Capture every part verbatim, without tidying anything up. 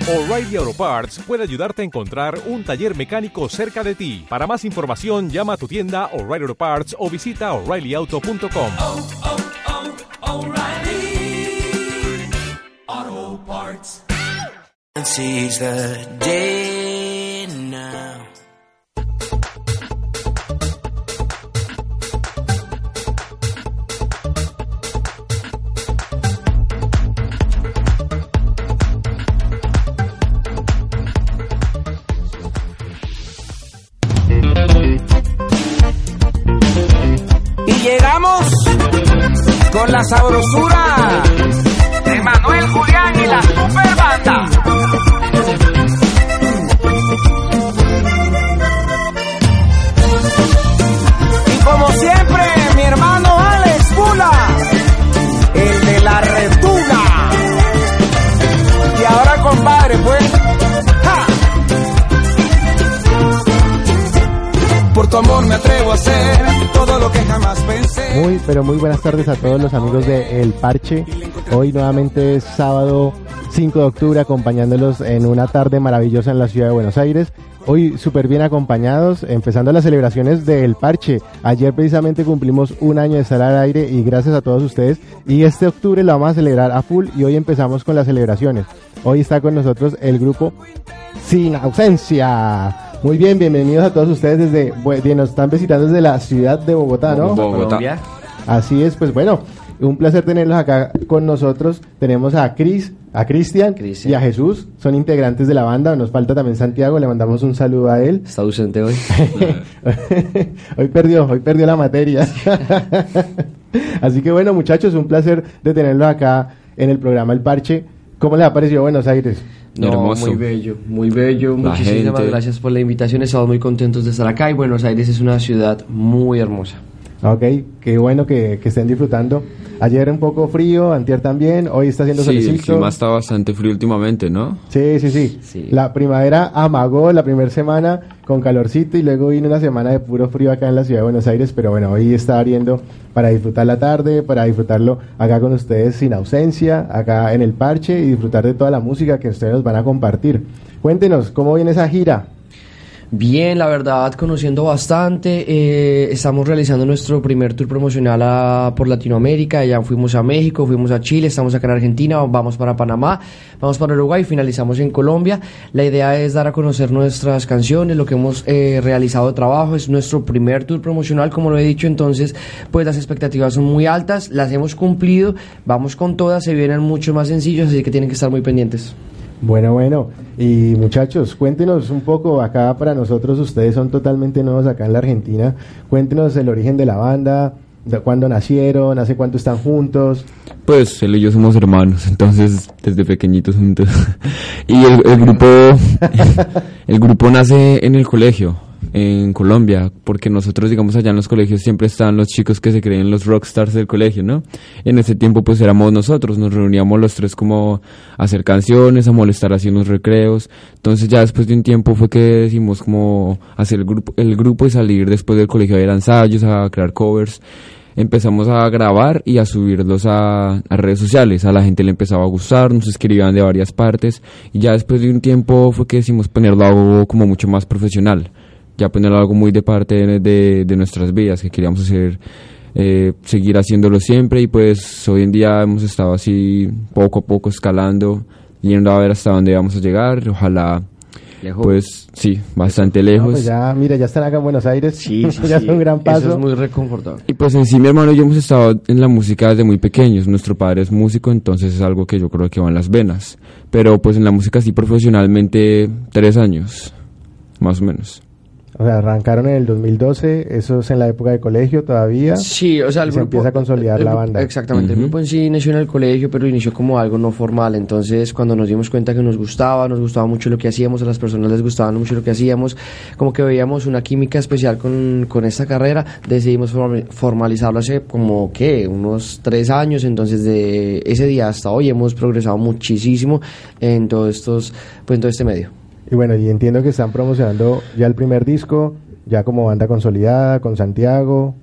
O'Reilly Auto Parts puede ayudarte a encontrar un taller mecánico cerca de ti. Para más información, llama a tu tienda O'Reilly Auto Parts o visita O'Reilly Auto punto com. Oh, oh, oh, O'Reilly Auto Parts. Seize the day now. Llegamos con la sabrosura de Manuel Julián y la super banda. Y como siempre, mi hermano Alex Bula, el de la retuna. Y ahora, compadre, pues, ¡ja! Por tu amor me atrevo a hacer todo lo que jamás pensé. Muy, pero muy buenas tardes a todos los amigos de El Parche. Hoy nuevamente es sábado cinco de octubre, acompañándolos en una tarde maravillosa en la ciudad de Buenos Aires. Hoy súper bien acompañados, empezando las celebraciones de El Parche. Ayer precisamente cumplimos un año de estar al aire y gracias a todos ustedes. Y este octubre lo vamos a celebrar a full y hoy empezamos con las celebraciones. Hoy está con nosotros el grupo Sin Ausencia. Muy bien, bienvenidos a todos ustedes desde, bueno, nos están visitando desde la ciudad de Bogotá, ¿no? Bogotá. Así es, pues bueno, un placer tenerlos acá con nosotros. Tenemos a Cris, a Cristian y a Jesús, son integrantes de la banda. Nos falta también Santiago, le mandamos un saludo a él. Está ausente hoy. Hoy perdió, hoy perdió la materia. Así que bueno, muchachos, un placer de tenerlos acá en el programa El Parche. ¿Cómo les ha parecido Buenos Aires? No, hermoso. Muy bello, muy bello. La Muchísimas gente. Gracias por la invitación. Estamos muy contentos de estar acá y Buenos Aires es una ciudad muy hermosa. Ok, qué bueno que, que estén disfrutando. Ayer un poco frío, antier también, hoy está haciendo solecito. Sí, el clima está bastante frío últimamente, ¿no? Sí, sí, sí, sí. La primavera amagó la primera semana con calorcito y luego vino una semana de puro frío acá en la ciudad de Buenos Aires, pero bueno, hoy está abriendo para disfrutar la tarde, para disfrutarlo acá con ustedes sin ausencia, acá en El Parche y disfrutar de toda la música que ustedes nos van a compartir. Cuéntenos, ¿cómo viene esa gira? Bien, la verdad, conociendo bastante. Eh, estamos realizando nuestro primer tour promocional a, por Latinoamérica. Ya fuimos a México, fuimos a Chile, estamos acá en Argentina, vamos para Panamá, vamos para Uruguay, finalizamos en Colombia. La idea es dar a conocer nuestras canciones, lo que hemos eh, realizado de trabajo. Es nuestro primer tour promocional, como lo he dicho, entonces pues las expectativas son muy altas, las hemos cumplido, vamos con todas, se vienen mucho más sencillos, así que tienen que estar muy pendientes. Bueno, bueno, y muchachos, cuéntenos un poco, acá para nosotros ustedes son totalmente nuevos acá en la Argentina, cuéntenos el origen de la banda, de cuándo nacieron, hace cuánto están juntos. Pues él y yo somos hermanos, entonces desde pequeñitos juntos. Y el, el grupo el grupo nace en el colegio, en Colombia, porque nosotros, digamos, allá en los colegios siempre están los chicos que se creen los rockstars del colegio, ¿no? En ese tiempo pues éramos nosotros, nos reuníamos los tres como a hacer canciones, a molestar así unos recreos. Entonces ya después de un tiempo fue que decidimos como hacer el grupo, el grupo y salir después del colegio a ir a ensayos, a crear covers. Empezamos a grabar y a subirlos a, a redes sociales, a la gente le empezaba a gustar, nos escribían de varias partes y ya después de un tiempo fue que decidimos ponerlo algo como mucho más profesional, ya ponerlo algo muy de parte de, de, de nuestras vidas, que queríamos hacer, eh, seguir haciéndolo siempre y pues hoy en día hemos estado así poco a poco escalando, yendo a ver hasta dónde vamos a llegar, ojalá. ¿Lejos? Pues sí, bastante lejos. No, pues ya, mira, ya están acá en Buenos Aires. Sí, sí, ya sí. es un gran paso. Eso es muy reconfortable. Y pues en sí, mi hermano y yo hemos estado en la música desde muy pequeños. Nuestro padre es músico, entonces es algo que yo creo que va en las venas. Pero pues en la música sí profesionalmente, tres años, más o menos. O sea, arrancaron en el dos mil doce, eso es en la época de colegio todavía. Sí, o sea, el se grupo, empieza a consolidar el, la banda. Exactamente, uh-huh. El grupo en sí inició en el colegio, pero inició como algo no formal. Entonces, cuando nos dimos cuenta que nos gustaba, nos gustaba mucho lo que hacíamos, a las personas les gustaba mucho lo que hacíamos, como que veíamos una química especial con, con esta carrera, decidimos formalizarlo hace como, ¿qué? Unos tres años. Entonces, de ese día hasta hoy hemos progresado muchísimo en todos estos, pues en todo este medio. Y bueno, y entiendo que están promocionando ya el primer disco, ya como banda consolidada, con Santiago.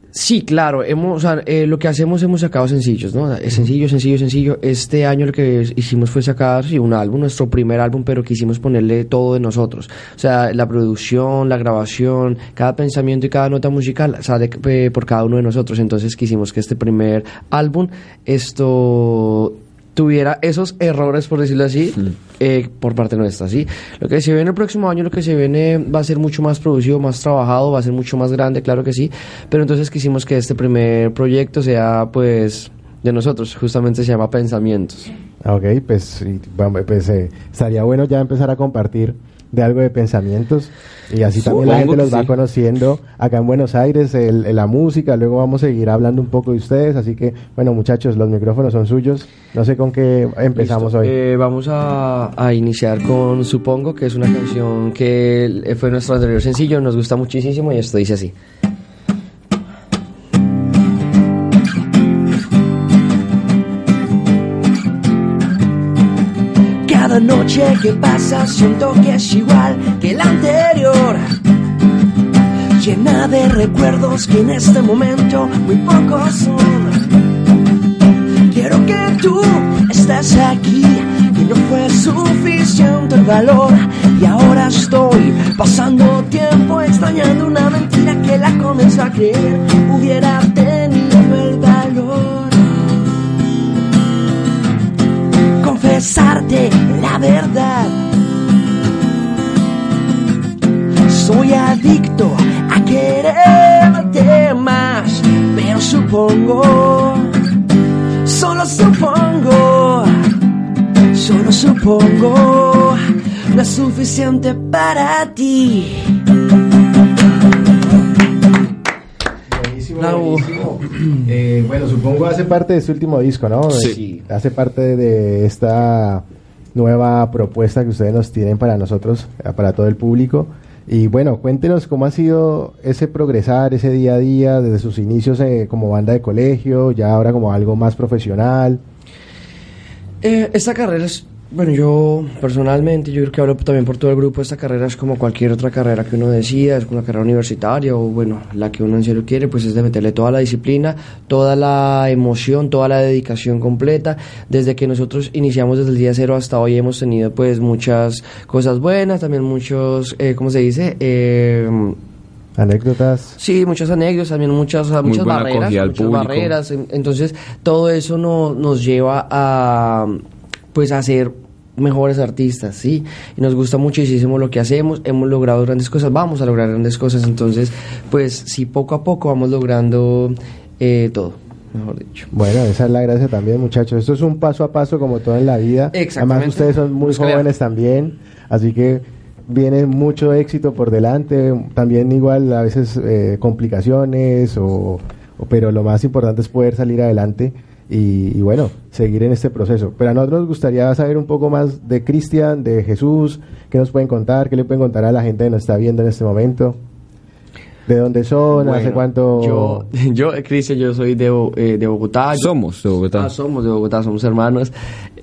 Sí, claro, hemos, o sea, eh, lo que hacemos hemos sacado sencillos, ¿no? Es sencillo, sencillo, sencillo. Este año lo que hicimos fue sacar sí, un álbum, nuestro primer álbum, pero quisimos ponerle todo de nosotros. O sea, la producción, la grabación, cada pensamiento y cada nota musical sale eh, por cada uno de nosotros. Entonces quisimos que este primer álbum, esto tuviera esos errores, por decirlo así, sí. eh, por parte nuestra, ¿sí? Lo que se viene el próximo año, lo que se viene va a ser mucho más producido, más trabajado, va a ser mucho más grande, claro que sí, pero entonces quisimos que este primer proyecto sea, pues, de nosotros, justamente se llama Pensamientos. Ok, pues, pues eh, estaría bueno ya empezar a compartir de algo de Pensamientos y así también la gente los va sí. conociendo acá en Buenos Aires, el, el, la música. Luego vamos a seguir hablando un poco de ustedes, así que bueno, muchachos, los micrófonos son suyos. No sé con qué empezamos Listo. hoy. Eh, vamos a, a iniciar con Supongo, que es una canción que fue nuestro anterior sencillo, nos gusta muchísimo y esto dice así. Cada noche que pasa siento que es igual que la anterior, llena de recuerdos que en este momento muy pocos son. Quiero que tú estés aquí, que no fue suficiente el valor y ahora estoy pasando tiempo extrañando una mentira que la comencé a creer hubiera tenido el valor. Confesarte la verdad, soy adicto a quererte más, pero supongo, solo supongo, solo supongo, no es suficiente para ti. Buenísimo. Eh, bueno, supongo hace parte de este último disco, ¿no? Sí. Hace parte de esta nueva propuesta que ustedes nos tienen para nosotros, para todo el público. Y bueno, cuéntenos cómo ha sido ese progresar, ese día a día, desde sus inicios eh, como banda de colegio, ya ahora como algo más profesional. Eh, esta carrera es, bueno, yo personalmente, yo creo que hablo también por todo el grupo, esta carrera es como cualquier otra carrera que uno decida, es una carrera universitaria o bueno, la que uno en serio quiere, pues es de meterle toda la disciplina, toda la emoción, toda la dedicación completa. Desde que nosotros iniciamos desde el día cero hasta hoy hemos tenido pues muchas cosas buenas, también muchos, eh, ¿cómo se dice? Eh... Anécdotas. Sí, muchas anécdotas, también muchas, muchas barreras, muchas barreras. Entonces, todo eso no, nos lleva a, pues, a ser mejores artistas, ¿sí? Y nos gusta muchísimo lo que hacemos, hemos logrado grandes cosas, vamos a lograr grandes cosas. Entonces, pues, sí, poco a poco vamos logrando eh, todo, mejor dicho. Bueno, esa es la gracia también, muchachos. Esto es un paso a paso como todo en la vida. Exactamente. Además, ustedes son muy Busca jóvenes también, así que viene mucho éxito por delante, también igual a veces eh, complicaciones, o, o, pero lo más importante es poder salir adelante y, y bueno, seguir en este proceso. Pero a nosotros nos gustaría saber un poco más de Cristian, de Jesús, qué nos pueden contar, qué le pueden contar a la gente que nos está viendo en este momento. ¿De dónde son? Bueno, ¿Hace cuánto? Yo, yo Cristian, yo soy de, eh, de Bogotá. Somos de Bogotá. Ah, somos de Bogotá, somos hermanos.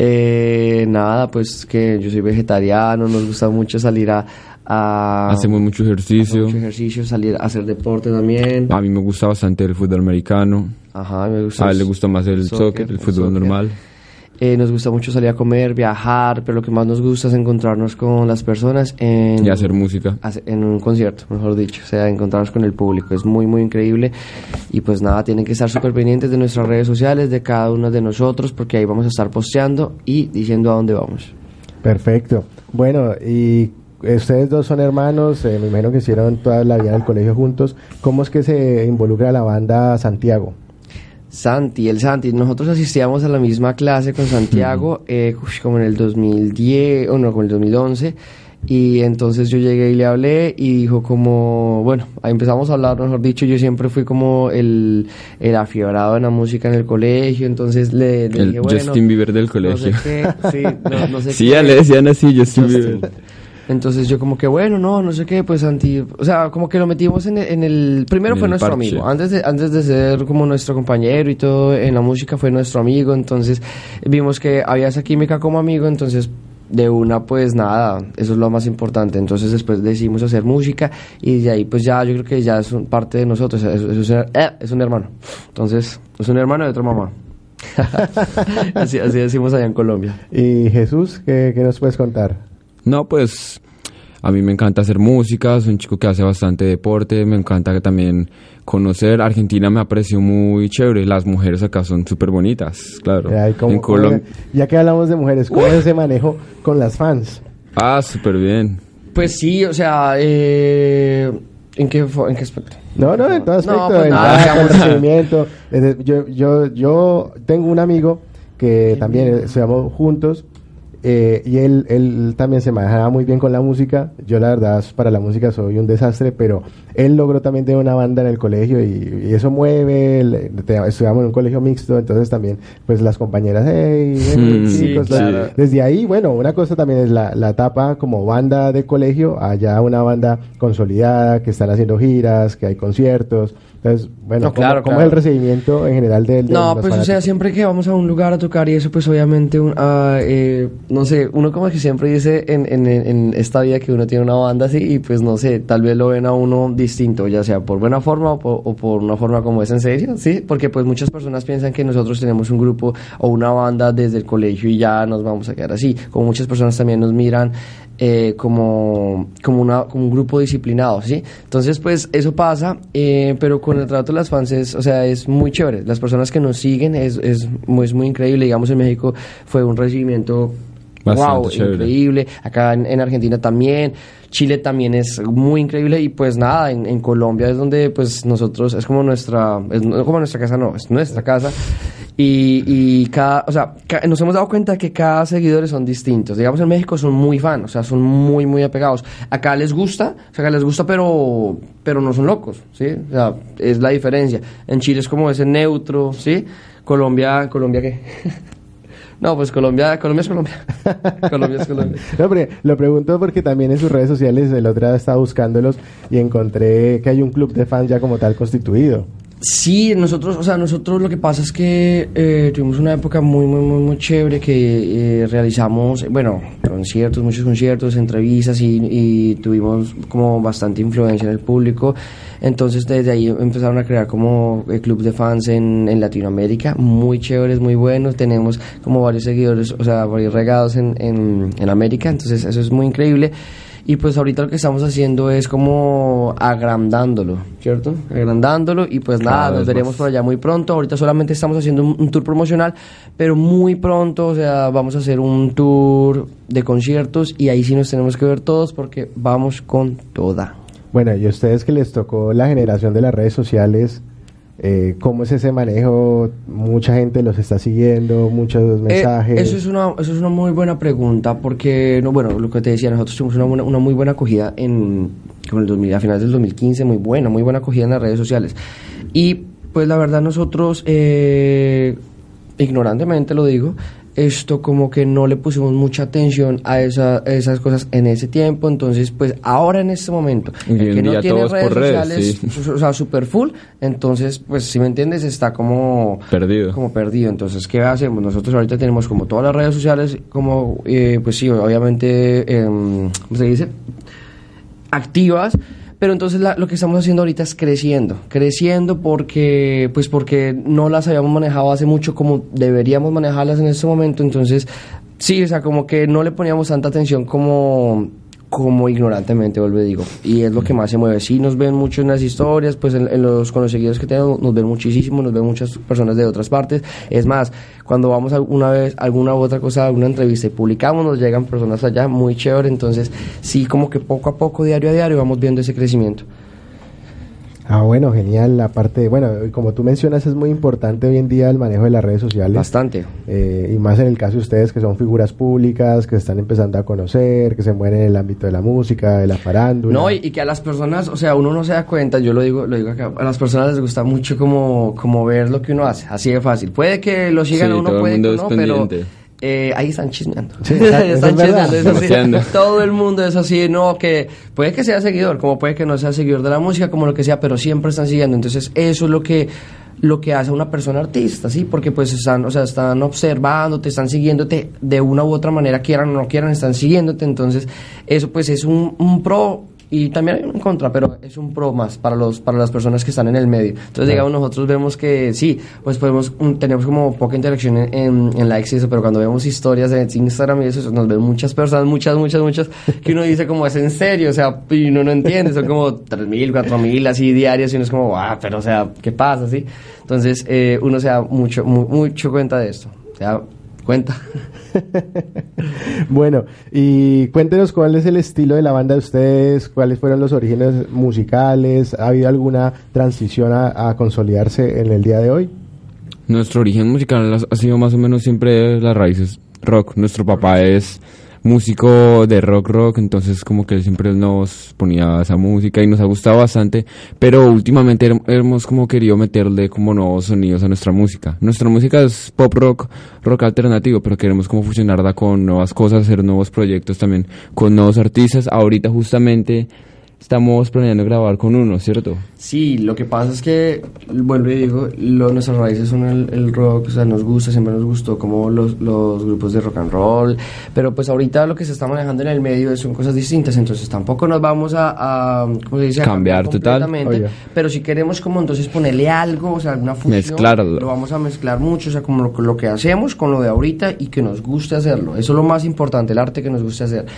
Eh, nada, pues que yo soy vegetariano, nos gusta mucho salir a... a Hacemos mucho ejercicio. Mucho ejercicio, salir a hacer deporte también. A mí me gusta bastante el fútbol americano. Ajá, me gusta. A él le gusta más el soccer, soccer el fútbol el soccer. normal. Eh, nos gusta mucho salir a comer, viajar, pero lo que más nos gusta es encontrarnos con las personas en... Y hacer música. En un concierto, mejor dicho, o sea, encontrarnos con el público. Es muy, muy increíble. Y pues nada, tienen que estar súper pendientes de nuestras redes sociales, de cada uno de nosotros, porque ahí vamos a estar posteando y diciendo a dónde vamos. Perfecto. Bueno, y ustedes dos son hermanos, eh, me imagino que hicieron toda la vida en el colegio juntos. ¿Cómo es que se involucra la banda Santiago? Santi, el Santi, nosotros asistíamos a la misma clase con Santiago, eh, como en el dos mil diez, o no, como en el dos mil once, y entonces yo llegué y le hablé y dijo como, bueno, ahí empezamos a hablar, mejor dicho, yo siempre fui como el, el afiebrado en la música en el colegio, entonces le, le el dije, bueno, Justin Bieber del colegio. No sé qué, sí, no, no sé sí, qué. ya le decían así, Justin, Justin Bieber. Entonces yo como que bueno, no, no sé qué, pues Santi, o sea, como que lo metimos en el, en el primero en fue el nuestro parche. amigo, antes de, antes de ser como nuestro compañero y todo en la música fue nuestro amigo, entonces vimos que había esa química como amigo, entonces de una, pues nada, eso es lo más importante. Entonces después decidimos hacer música y de ahí pues ya yo creo que ya es un, parte de nosotros, es, es, un, eh, es un hermano. Entonces es un hermano de otra mamá. así, así decimos allá en Colombia. Y Jesús, ¿qué, qué nos puedes contar? No, pues a mí me encanta hacer música, soy un chico que hace bastante deporte, me encanta también conocer. Argentina me ha parecido muy chévere, las mujeres acá son súper bonitas, claro. Ay, ¿cómo, en Colombia. Ya que hablamos de mujeres, ¿cómo es ese manejo con las fans? Ah, súper bien. Pues sí, o sea, eh, ¿en qué, ¿en qué aspecto? No, no, en todo aspecto, No, pues el nada, trato, el digamos- recibimiento. Desde- Yo, yo, yo tengo un amigo que también estudiamos juntos eh, y él, él también se manejaba muy bien con la música. Yo la verdad para la música soy un desastre, pero él logró también tener una banda en el colegio y, y eso mueve. el- te- estudiamos en un colegio mixto, entonces también pues las compañeras, hey, hey, Mm, chicos, sí, la- claro. desde ahí, bueno, una cosa también es la, la etapa como banda de colegio, allá una banda consolidada, que están haciendo giras, que hay conciertos. Entonces, bueno, No, ¿cómo, claro, cómo claro. es el recibimiento en general del de No, los pues o sea, fanáticos? siempre que vamos a un lugar a tocar y eso, pues obviamente, un, ah, eh, no sé, uno como que siempre dice en, en, en esta vida que uno tiene una banda así y pues no sé, tal vez lo ven a uno distinto, ya sea por buena forma o por, o por una forma como es en serio, ¿sí? Porque pues muchas personas piensan que nosotros tenemos un grupo o una banda desde el colegio y ya nos vamos a quedar así, como muchas personas también nos miran eh, como, como, una, como un grupo disciplinado, ¿sí? Entonces, pues, eso pasa, eh, pero con el trato de las fans es, o sea, es muy chévere. Las personas que nos siguen es, es, muy, es muy increíble. Digamos, en México fue un recibimiento Bastante wow, chévere. increíble. Acá en, en Argentina también. Chile también es muy increíble. Y pues nada, en, en Colombia es donde pues nosotros, es como nuestra, es no como nuestra casa, no, es nuestra casa. Y, y cada, o sea, ca- nos hemos dado cuenta que cada seguidores son distintos. Digamos, en México son muy fan, o sea, son muy, muy apegados. Acá les gusta, o sea, acá les gusta, pero, pero no son locos, ¿sí? O sea, es la diferencia. En Chile es como ese neutro, ¿sí? Colombia, ¿Colombia qué? No, pues Colombia, Colombia es Colombia. Colombia es Colombia. No, pero lo pregunto porque también en sus redes sociales el otro día estaba buscándolos y encontré que hay un club de fans ya como tal constituido. Sí, nosotros, o sea, nosotros lo que pasa es que eh, tuvimos una época muy, muy, muy, muy chévere que eh, realizamos, bueno, conciertos, muchos conciertos, entrevistas y, y tuvimos como bastante influencia en el público. Entonces desde ahí empezaron a crear como eh, clubs de fans en, en Latinoamérica, muy chéveres, muy buenos. Tenemos como varios seguidores, o sea, varios regados en, en, en América, entonces eso es muy increíble. Y pues ahorita lo que estamos haciendo es como agrandándolo, ¿cierto? Agrandándolo y pues nada, Cada nos vez veremos más. por allá muy pronto. Ahorita solamente estamos haciendo un, un tour promocional, pero muy pronto, o sea, vamos a hacer un tour de conciertos y ahí sí nos tenemos que ver todos porque vamos con toda. Bueno, y a ustedes que les tocó la generación de las redes sociales, eh, ¿cómo es ese manejo? Mucha gente los está siguiendo, muchos mensajes. Eh, eso es una eso es una muy buena pregunta porque no bueno lo que te decía, nosotros tuvimos una buena, una muy buena acogida en con el dos mil, a finales del dos mil quince, muy buena muy buena acogida en las redes sociales y pues la verdad nosotros eh, ignorantemente lo digo, esto como que no le pusimos mucha atención a esa, esas cosas en ese tiempo, entonces pues ahora en este momento Hoy el en que no día tiene todos redes por redes, sociales, sí. o sea, super full, entonces pues si me entiendes está como Perdido. como perdido. Entonces, ¿qué hacemos? Nosotros ahorita tenemos como todas las redes sociales, como, eh, pues sí, obviamente, eh, ¿cómo se dice? Activas, pero entonces la- lo que estamos haciendo ahorita es creciendo, creciendo porque, pues porque no las habíamos manejado hace mucho como deberíamos manejarlas en este momento, entonces, sí, o sea, como que no le poníamos tanta atención como como ignorantemente, vuelvo y digo, y es lo que más se mueve. Sí nos ven mucho en las historias, pues en, en los, con los seguidores que tenemos nos ven muchísimo, nos ven muchas personas de otras partes. Es más, cuando vamos alguna vez, alguna u otra cosa, alguna entrevista y publicamos, nos llegan personas allá, muy chévere, entonces sí, como que poco a poco, diario a diario, vamos viendo ese crecimiento. Ah, bueno, genial. La parte, bueno, como tú mencionas, es muy importante hoy en día el manejo de las redes sociales. Bastante. Eh, y más en el caso de ustedes que son figuras públicas, que están empezando a conocer, que se mueven en el ámbito de la música, de la farándula. No, y, y que a las personas, o sea, uno no se da cuenta, yo lo digo, lo digo acá, a las personas les gusta mucho como, como ver lo que uno hace, así de fácil. Puede que lo sigan Sí, a uno, todo el puede que mundo no, es pero pendiente. eh, ahí están chismeando. Sí, está- eso están es verdad. chismeando, eso sí. Demasiado. Todo el mundo es así, no, que puede que sea seguidor, como puede que no sea seguidor de la música, como lo que sea, pero siempre están siguiendo. Entonces, eso es lo que lo que hace a una persona artista, ¿sí? Porque pues están, o sea, están observando, te están siguiéndote de una u otra manera, quieran o no quieran, están siguiéndote, entonces eso pues es un, un pro. Y también hay un contra, pero es un pro más para los para las personas que están en el medio. Entonces, claro, digamos, nosotros vemos que sí, pues podemos un, tenemos como poca interacción en, en, en likes y eso, pero cuando vemos historias en Instagram y eso, eso, nos ven muchas personas, muchas, muchas, muchas, que uno dice como, es en serio, o sea, y uno no entiende, son como tres mil, cuatro mil así diarios y uno es como, ah, pero o sea, ¿qué pasa? ¿Sí? Entonces, eh, uno se da mucho, mu- mucho cuenta de esto, o sea, cuenta. Bueno, y cuéntenos cuál es el estilo de la banda de ustedes, cuáles fueron los orígenes musicales, ¿ha habido alguna transición a, a consolidarse en el día de hoy? Nuestro origen musical ha sido más o menos siempre las raíces rock. Nuestro papá es músico de rock rock, entonces como que él siempre nos ponía esa música y nos ha gustado bastante, pero últimamente hemos como querido meterle como nuevos sonidos a nuestra música. Nuestra música es pop rock, rock alternativo, pero queremos como fusionarla con nuevas cosas, hacer nuevos proyectos también con nuevos artistas. Ahorita justamente estamos planeando grabar con uno, ¿cierto? Sí, lo que pasa es que, vuelvo y digo, lo, nuestras raíces son el, el rock, o sea, nos gusta, siempre nos gustó como los, los grupos de rock and roll, pero pues ahorita lo que se está manejando en el medio son cosas distintas, entonces tampoco nos vamos a, a ¿cómo se dice? A cambiar completamente, total. Pero si queremos como entonces ponerle algo, o sea, alguna fusión, mezclarlo. Lo vamos a mezclar mucho, o sea, como lo, lo que hacemos con lo de ahorita y que nos guste hacerlo, eso es lo más importante, el arte que nos guste hacer.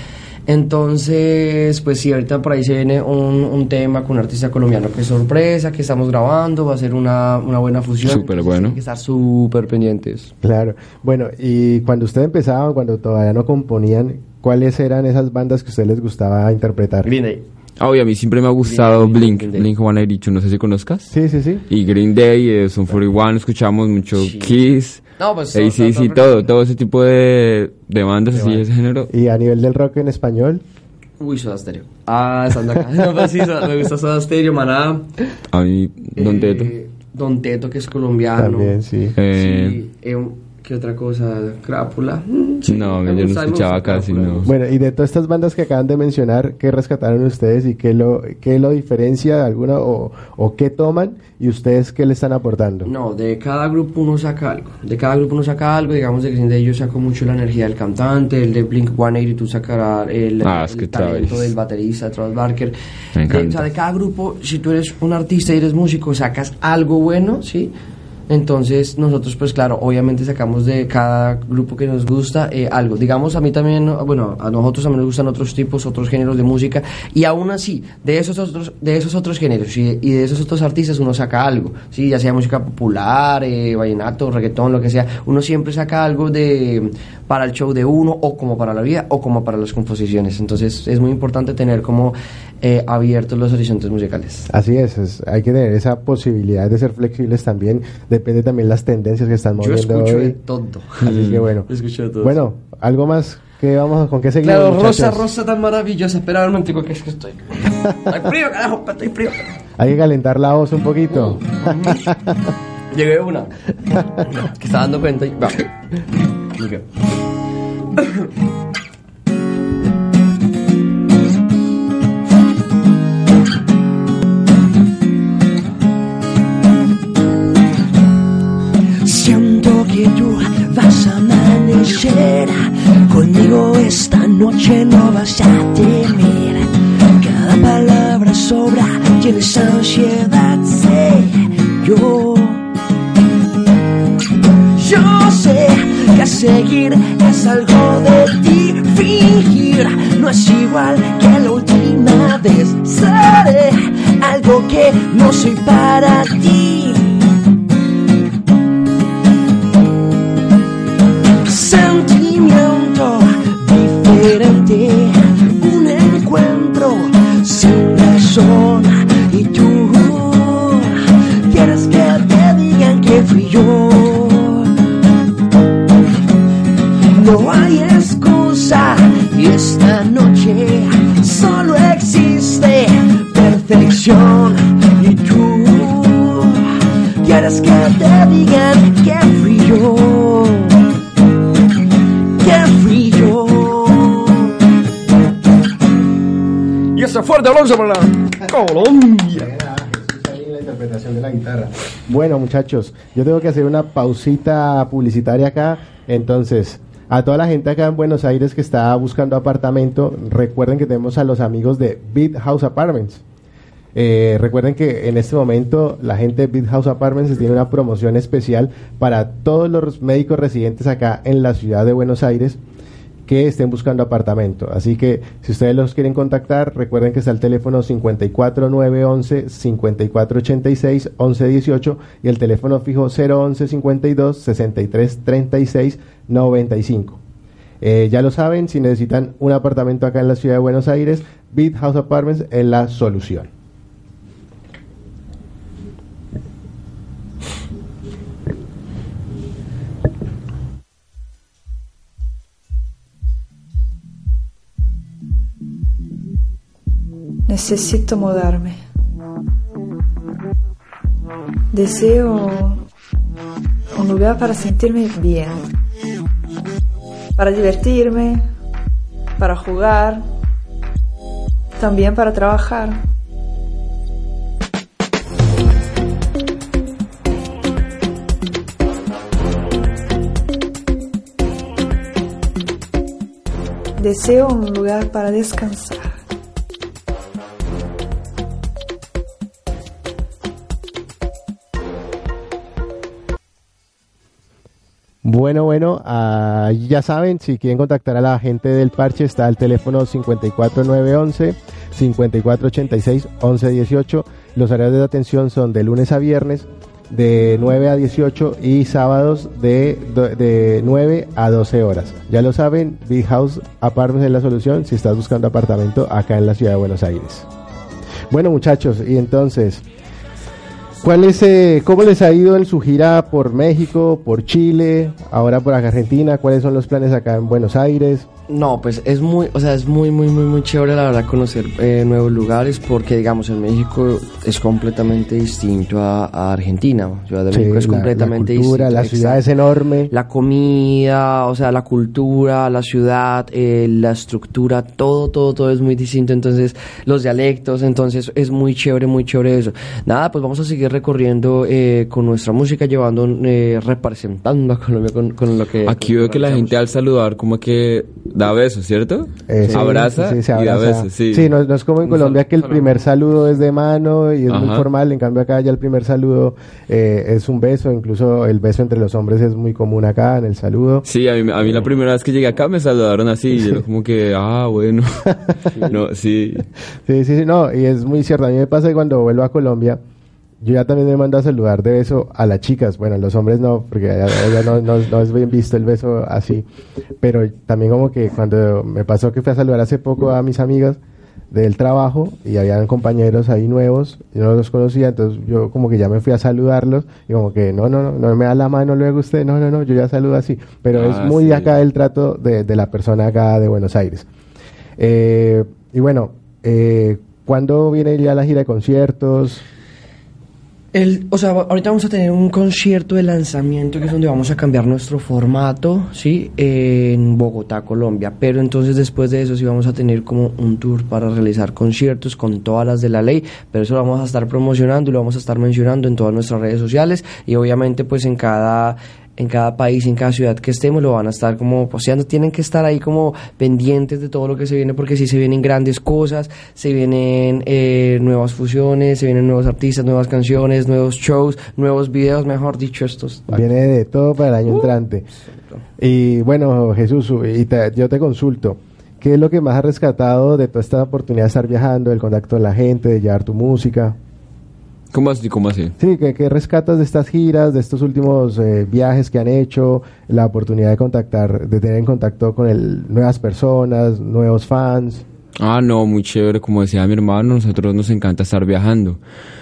Entonces, pues sí, ahorita por ahí se viene un, un tema con un artista colombiano que es sorpresa, que estamos grabando, va a ser una, una buena fusión. Súper bueno. Hay que estar súper pendientes. Claro. Bueno, y cuando ustedes empezaban, cuando todavía no componían, ¿cuáles eran esas bandas que a ustedes les gustaba interpretar? Green Day. Ah, oye, a mí siempre me ha gustado Green Day, Blink, Green Day. Blink ciento ochenta y dos, no sé si conozcas. Sí, sí, sí. Y Green Day, eh, Sum cuarenta y uno, escuchamos mucho Sí. Kiss, No, pues, A C/D C, todo- todo, todo ese tipo de, de bandas así, de ese género. Y a nivel del rock en español, Uy, Soda Stereo. Ah, estando acá. No, pues sí, Soda- me gusta Soda Stereo, Maná. A mí, Don Eh, Teto. Don Teto, que es colombiano. también, sí. Eh, Sí, eh, ¿qué otra cosa? Crápula. Mm, sí, no, me yo no gusta, me escuchaba gusta casi, Crápula. no. Bueno, y de todas estas bandas que acaban de mencionar, ¿qué rescataron ustedes y qué lo, qué lo diferencia de alguna o, o qué toman y ustedes qué le están aportando? No, de cada grupo uno saca algo. De cada grupo uno saca algo. Digamos, de Green Day yo saco mucho la energía del cantante. El de Blink ciento ochenta y dos sacará el, Ah, es el que talento Travis. del baterista, Travis Barker. Me De, encanta. o sea, de cada grupo, si tú eres un artista y eres músico, sacas algo bueno, ¿sí? Entonces nosotros pues claro, obviamente sacamos de cada grupo que nos gusta eh, algo. Digamos, a mí también, bueno, a nosotros también nos gustan otros tipos, otros géneros de música, y aún así, de esos otros, de esos otros géneros y, y de esos otros artistas uno saca algo, ¿sí? Ya sea música popular, eh, vallenato, reggaetón, lo que sea, uno siempre saca algo de para el show de uno, o como para la vida, o como para las composiciones. Entonces es muy importante tener como eh, abiertos los horizontes musicales. Así es, es- hay que tener esa posibilidad de ser flexibles también, depende también las tendencias que están Yo moviendo escucho hoy. de todo. Así que bueno. Yo escucho de todo. Bueno, algo más que vamos, ¿con qué seguimos, Claro, muchachos? Rosa, Rosa tan maravillosa. Espera un momentico que es que estoy. Estoy frío, carajo, estoy frío. Hay que calentar la voz un poquito. Llegué una. Que estaba dando cuenta y. Va. Miguel. Siento que tú vas a amanecer conmigo esta noche, no vas a temer. Cada palabra sobra, tienes ansiedad, sé yo. Yo sé que seguir es algo de ti, fingir no es igual que la última vez. Seré algo que no soy para ti. Sentimiento diferente, un encuentro sin razón, y tú quieres que te digan que fui yo. No hay excusa y esta noche solo existe perfección, y tú quieres que te digan que fui yo. Que fui yo. Y ese fuerte aplauso para la Colombia. interpretación de la guitarra. Bueno, muchachos, yo tengo que hacer una pausita publicitaria acá, entonces, a toda la gente acá en Buenos Aires que está buscando apartamento, recuerden que tenemos a los amigos de Beat House Apartments. Eh, recuerden que en este momento la gente de Beat House Apartments tiene una promoción especial para todos los médicos residentes acá en la ciudad de Buenos Aires que estén buscando apartamento. Así que si ustedes los quieren contactar, recuerden que está el teléfono cincuenta y cuatro nueve once cincuenta y cuatro ochenta y seis once dieciocho y el teléfono fijo cero once cincuenta y dos sesenta y tres treinta y seis noventa y cinco. Eh, ya lo saben, si necesitan un apartamento acá en la ciudad de Buenos Aires, Beat House Apartments es la solución. Necesito mudarme. Deseo un lugar para sentirme bien, para divertirme, para jugar, también para trabajar. Deseo un lugar para descansar. Bueno, bueno, uh, ya saben, si quieren contactar a la gente del Parche, está el teléfono cincuenta y cuatro nueve once cincuenta y cuatro ochenta y seis once dieciocho. Los horarios de atención son de lunes a viernes de nueve a dieciocho y sábados de, de nueve a doce horas. Ya lo saben, Big House Apartments es la solución si estás buscando apartamento acá en la ciudad de Buenos Aires. Bueno, muchachos, y entonces, ¿cuál es, eh, ¿cómo les ha ido en su gira por México, por Chile, ahora por Argentina? ¿Cuáles son los planes acá en Buenos Aires? No, pues es muy, o sea, es muy, muy, muy, muy chévere la verdad conocer eh, nuevos lugares porque, digamos, en México es completamente distinto a, a Argentina. Ciudad de México sí, es la, completamente la cultura, distinto. La ciudad exacto. Es enorme. La comida, o sea, la cultura, la ciudad, eh, la estructura, todo, todo, todo es muy distinto. Entonces, los dialectos, entonces es muy chévere, muy chévere eso. Nada, pues vamos a seguir recorriendo eh, con nuestra música, llevando, eh, representando a Colombia con, con lo que... Aquí veo que la gente al saludar como que... da besos, ¿cierto? Eh, sí, abraza, sí, sí, y da besos, sí. Sí, no, no es como en Colombia que el primer saludo es de mano y es Ajá. muy formal, en cambio acá ya el primer saludo eh, es un beso, incluso el beso entre los hombres es muy común acá en el saludo. Sí, a mí, a mí la primera vez que llegué acá me saludaron así, y yo como que, ah, bueno, no, sí. Sí, sí, sí, no, y es muy cierto, a mí me pasa que cuando vuelvo a Colombia, yo ya también me mando a saludar de beso a las chicas, bueno, los hombres no, porque ya, ya no, no, no es bien visto el beso así, pero también como que cuando me pasó que fui a saludar hace poco a mis amigas del trabajo y habían compañeros ahí nuevos, yo no los conocía, entonces yo como que ya me fui a saludarlos y como que no, no, no, no me da la mano luego usted, no, no, no, yo ya saludo así, pero ah, es muy sí. acá el trato de, de la persona acá de Buenos Aires. Eh, y bueno, eh, ¿cuándo viene ya la gira de conciertos? El, o sea, ahorita vamos a tener un concierto de lanzamiento que es donde vamos a cambiar nuestro formato, ¿sí? En Bogotá, Colombia. Pero entonces después de eso sí vamos a tener como un tour para realizar conciertos con todas las de la ley. Pero eso lo vamos a estar promocionando y lo vamos a estar mencionando en todas nuestras redes sociales. Y obviamente pues en cada... en cada país, en cada ciudad que estemos, lo van a estar como posteando. Tienen que estar ahí como pendientes de todo lo que se viene, porque sí se vienen grandes cosas, se vienen eh, nuevas fusiones, se vienen nuevos artistas, nuevas canciones, nuevos shows, nuevos videos, mejor dicho, estos... Viene de todo para el año uh, entrante. Exacto. Y bueno, Jesús, y te, yo te consulto, ¿qué es lo que más has rescatado de toda esta oportunidad de estar viajando, del contacto con la gente, de llevar tu música? ¿Cómo así? ¿Cómo así? Sí, ¿qué, qué rescatas de estas giras, de estos últimos eh, viajes que han hecho, la oportunidad de contactar, de tener en contacto con el, nuevas personas, nuevos fans? Ah, no, muy chévere, como decía mi hermano, nosotros nos encanta estar viajando.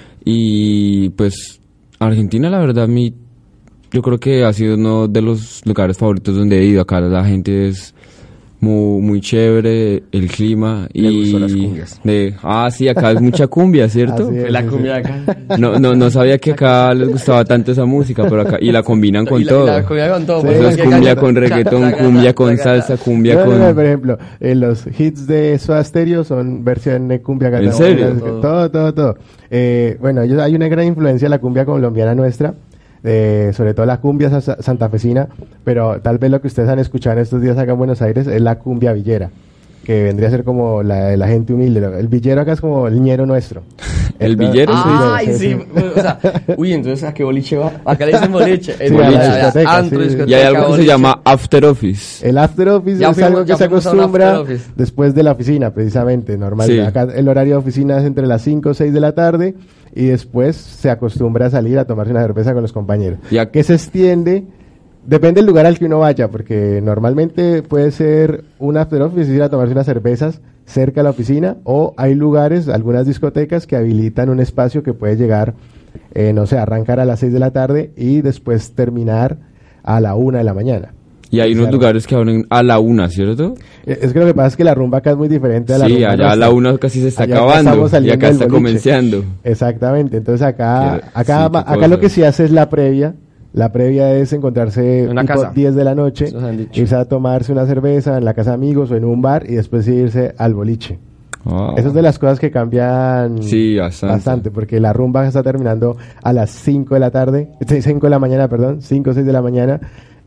Y pues, Argentina, la verdad, a mí, yo creo que ha sido uno de los lugares favoritos donde he ido. Acá la gente es muy, muy chévere el clima. Le y gustó las cumbias. De, ah, sí, acá es mucha cumbia, ¿cierto? Así es. La cumbia de acá. No, no, no sabía que acá les gustaba tanto esa música, pero acá, y la combinan con Y la- y todo. la cumbia con todo. Sí, pues, Eso es que cumbia canta- con reggaetón, chaca, cumbia con chaca, chaca. salsa, cumbia No, no, con... no, por ejemplo, eh, los hits de Soda Stereo son versión de cumbia ¿En catalana. serio? Todo, todo, todo. todo. Eh, bueno, ellos, hay una gran influencia de la cumbia colombiana nuestra, eh, sobre todo la cumbia sa- santafesina, pero tal vez lo que ustedes han escuchado en estos días acá en Buenos Aires es la cumbia villera, que vendría a ser como la de la gente humilde. Lo- El villero acá es como el ñero nuestro. ¿El Entonces- villero? Ay, sí, o sea, uy, entonces ¿a qué boliche va? Acá le dicen boliche. En Sí, a la la- discoteca, antro, sí. Y discoteca, hay algo que se boliche. llama After Office. El after office Ya es fuimos- algo que ya se fuimos a un acostumbra after office. después de la oficina, precisamente, normal. Sí. Acá el horario de oficina es entre las cinco o seis de la tarde y después se acostumbra a salir a tomarse una cerveza con los compañeros. Ya- Que se extiende, depende del lugar al que uno vaya, porque normalmente puede ser un after office, ir a tomarse unas cervezas cerca de la oficina, o hay lugares, algunas discotecas que habilitan un espacio que puede llegar, eh, no sé, arrancar a las seis de la tarde y después terminar a la una de la mañana. Y hay unos Claro. lugares que abren a la una, ¿cierto? Eh, Es que lo que pasa es que la rumba acá es muy diferente a la Sí, rumba allá a nuestra. la una casi se está Allá acabando estamos y saliendo acá del está boliche. comenzando. Exactamente, entonces acá, Qué- acá, sí, qué acá cosa. lo que se hace es la previa. La previa es encontrarse En una tipo casa. diez de la noche, Eso se han dicho. irse a tomarse una cerveza en la casa de amigos o en un bar y después irse al boliche. Ah. Eso es de las cosas que cambian Sí, bastante. porque la rumba está terminando a las cinco de la tarde, cinco de la mañana, perdón, cinco o seis de la mañana,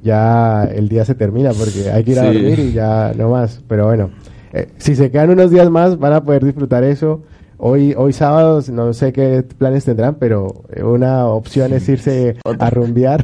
ya el día se termina porque hay que ir a Sí. dormir y ya no más. Pero bueno, eh, si se quedan unos días más van a poder disfrutar eso. Hoy, hoy sábados, no sé qué planes tendrán, pero eh, una opción es irse a rumbear.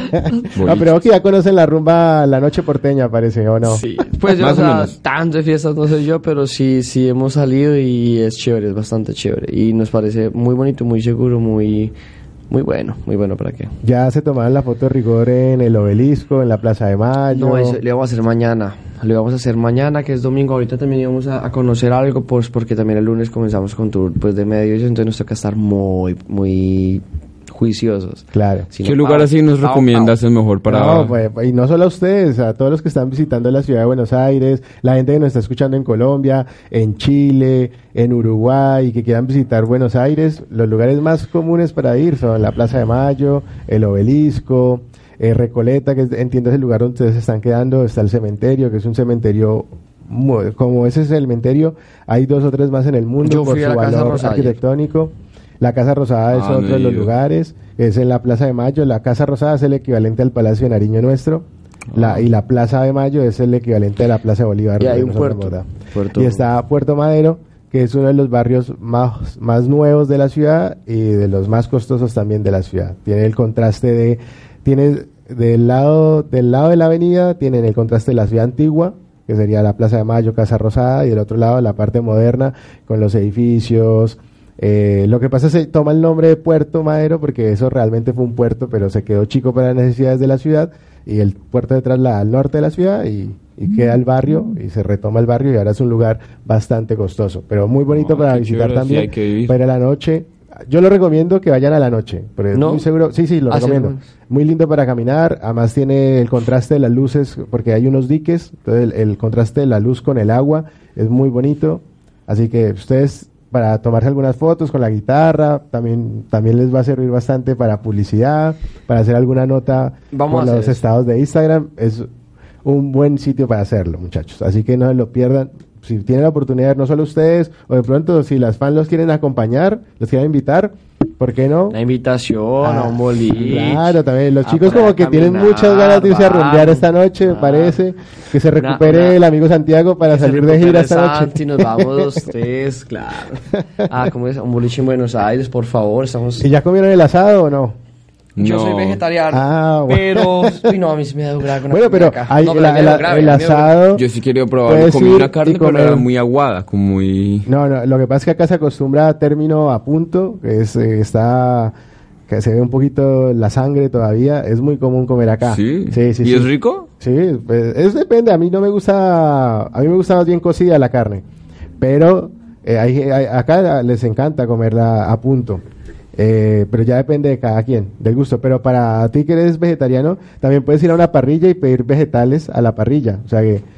No, pero que ya conocen la rumba La Noche Porteña, parece, ¿o no? Sí, pues yo, Más o o sea, menos. tanto de fiestas no sé yo, pero sí, sí hemos salido y es chévere, es bastante chévere. Y nos parece muy bonito, muy seguro, muy, muy bueno, muy bueno para qué. Ya se tomaron la foto de rigor en el Obelisco, en la Plaza de Mayo. No, eso le vamos a hacer mañana. Lo vamos a hacer mañana, que es domingo. Ahorita también íbamos a, a conocer algo, pues porque también el lunes comenzamos con tour pues, de medios, entonces nos toca estar muy, muy juiciosos. Claro. Si ¿Qué no, lugar pao, así nos pao, recomiendas pao. es mejor para...? No, pues, y no solo a ustedes, a todos los que están visitando la ciudad de Buenos Aires, la gente que nos está escuchando en Colombia, en Chile, en Uruguay, y que quieran visitar Buenos Aires, los lugares más comunes para ir son la Plaza de Mayo, el Obelisco, eh, Recoleta, que es- entiendo es el lugar donde ustedes se están quedando, está el cementerio, que es un cementerio, mu- como ese cementerio, hay dos o tres más en el mundo Yo por fui su a la Casa valor Rosada ayer. arquitectónico. La Casa Rosada es Ah, no otro de he los ido. lugares, es en la Plaza de Mayo. La Casa Rosada es el equivalente al Palacio de Nariño nuestro, la, y la Plaza de Mayo es el equivalente a la Plaza de Bolívar. Y hay de un nosotros en puerto. Bogotá. Puerto- Y está Puerto Madero, que es uno de los barrios más, más nuevos de la ciudad y de los más costosos también de la ciudad. Tiene el contraste de, tiene del lado, del lado de la avenida, tienen el contraste de la ciudad antigua, que sería la Plaza de Mayo, Casa Rosada, y del otro lado la parte moderna, con los edificios. Eh, lo que pasa es que toma el nombre de Puerto Madero porque eso realmente fue un puerto, pero se quedó chico para las necesidades de la ciudad, y el puerto se traslada al norte de la ciudad y, y queda el barrio, y se retoma el barrio, y ahora es un lugar bastante costoso, pero muy bonito Oh, para qué visitar chévere, sí, también, hay que ir. para ir a la noche. Yo lo recomiendo que vayan a la noche, pero es ¿No? muy seguro, sí, sí, lo Ah, sí, recomiendo. bueno. Muy lindo para caminar, además tiene el contraste de las luces, porque hay unos diques, entonces el, el contraste de la luz con el agua es muy bonito, así que ustedes para tomarse algunas fotos con la guitarra, también, también les va a servir bastante para publicidad, para hacer alguna nota Vamos con a hacer los eso. estados de Instagram, es un buen sitio para hacerlo, muchachos, así que no se lo pierdan. Si tienen la oportunidad, no solo ustedes, o de pronto si las fans los quieren acompañar, los quieren invitar, ¿por qué no? La invitación a un boliche. Claro, también. Los Ah, chicos para como que tienen caminar, muchas ganas de irse a rumbear vamos. esta noche, me Ah. parece. Que se Una- recupere una- el amigo Santiago para Que se salir de recupere gira esta noche. Santi, nos vamos los tres, claro. Ah, ¿cómo es? Un boliche en Buenos Aires, por favor, estamos... ¿Y ya comieron el asado o no? Yo No. soy vegetariano, Ah, bueno. pero... Uy, no, a mí se me da grave con la Bueno, pero comida acá. hay No, pero la- me dio la- grave, el me dio grave. asado... Yo sí quería probarlo, Puedes comí ir una y carne, pero comer. era muy aguada, como muy... No, no, lo que pasa es que acá se acostumbra a término a punto, que es, eh, está... que se ve un poquito la sangre todavía, es muy común comer acá. ¿Sí? Sí, sí, ¿Y sí. es rico? Sí, pues, eso depende. A mí no me gusta, a mí me gusta más bien cocida la carne, pero eh, hay- hay- acá les encanta comerla a punto. Eh, pero ya depende de cada quien, del gusto. Pero para ti que eres vegetariano, también puedes ir a una parrilla y pedir vegetales a la parrilla. O sea que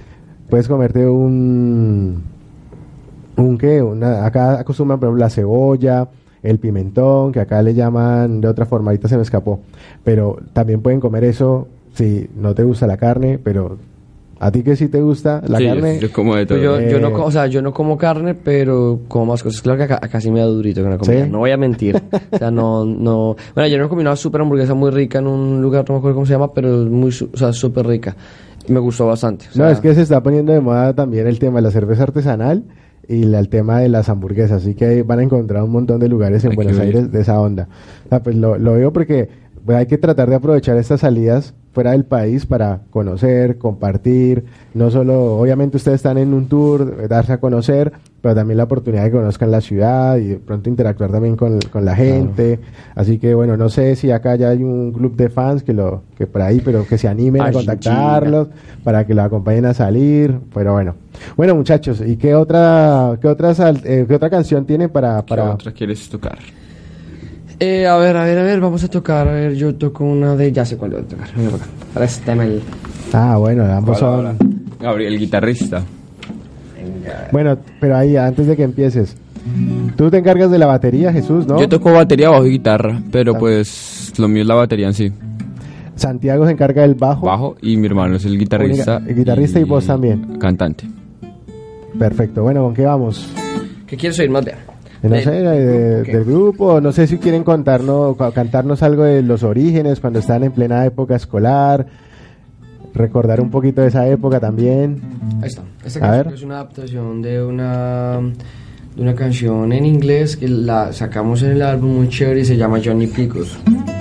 puedes comerte un, un qué, una, acá acostumbran por ejemplo la cebolla, el pimentón, que acá le llaman de otra forma, ahorita se me escapó, pero también pueden comer eso si no te gusta la carne, pero a ti que sí te gusta la sí, carne. Yo como de todo. Yo, Eh, yo no, co- o sea, yo no como carne, pero como más cosas. Claro que acá, acá sí me da durito que no como ¿Sí? carne, no voy a mentir. O sea, no, no. Bueno, yo no comí una super hamburguesa muy rica en un lugar, no me acuerdo cómo se llama, pero es muy, su- o sea, súper rica. Me gustó bastante. O No, sea, es que se está poniendo de moda también el tema de la cerveza artesanal y la- el tema de las hamburguesas, así que ahí van a encontrar un montón de lugares en Hay que Buenos ver. Aires de esa onda. O sea, pues lo, lo veo porque pues, hay que tratar de aprovechar estas salidas fuera del país para conocer, compartir, no solo, obviamente ustedes están en un tour, eh, darse a conocer, pero también la oportunidad de que conozcan la ciudad y de pronto interactuar también con, con la gente, así que bueno, no sé si acá ya hay un club de fans que lo que por ahí, pero que se animen a Argentina. contactarlos para que lo acompañen a salir, pero bueno. Bueno, muchachos, ¿y qué otra qué otra sal- eh, qué otra canción tiene para ¿Qué para otra quieres tocar? Eh, a ver, a ver, a ver, vamos a tocar. A ver, yo toco una de. Ya sé cuál voy a tocar. Voy a tocar. Préstame el. Ah, bueno, ambos Hola, son hola. Gabriel, el guitarrista. Bueno, pero ahí antes de que empieces, tú te encargas de la batería, Jesús, ¿no? Yo toco batería, bajo y guitarra, pero pues lo mío es la batería en sí. Santiago se encarga del bajo. Bajo y mi hermano es el guitarrista. Única- guitarrista y vos también. Cantante. Perfecto. Bueno, ¿con qué vamos? ¿Qué quieres oír más de? Eh, No De- sé, de- ok. del grupo, no sé si quieren contarnos, ca- cantarnos algo de los orígenes cuando están en plena época escolar, recordar un poquito de esa época también. Ahí está. Esta A canción ver. es una adaptación de una de una canción en inglés que la sacamos en el álbum muy chévere y se llama Johnny Picos.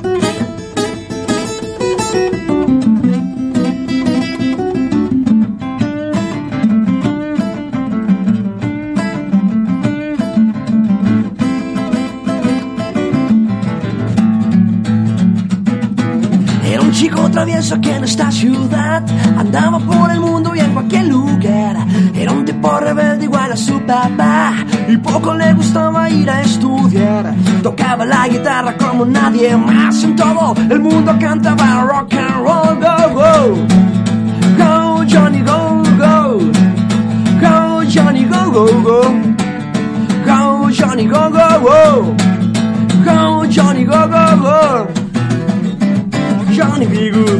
Era un chico travieso que en esta ciudad andaba por el mundo y en cualquier lugar. Era un tipo rebelde igual a su papá y poco le gustaba ir a estudiar. Tocaba la guitarra como nadie más en todo el mundo, cantaba rock and roll. Go, go, go Johnny, go, go, go Johnny, go, go, go, go Johnny, go, go, go, go Johnny, go, go, go. Johnny B. Good.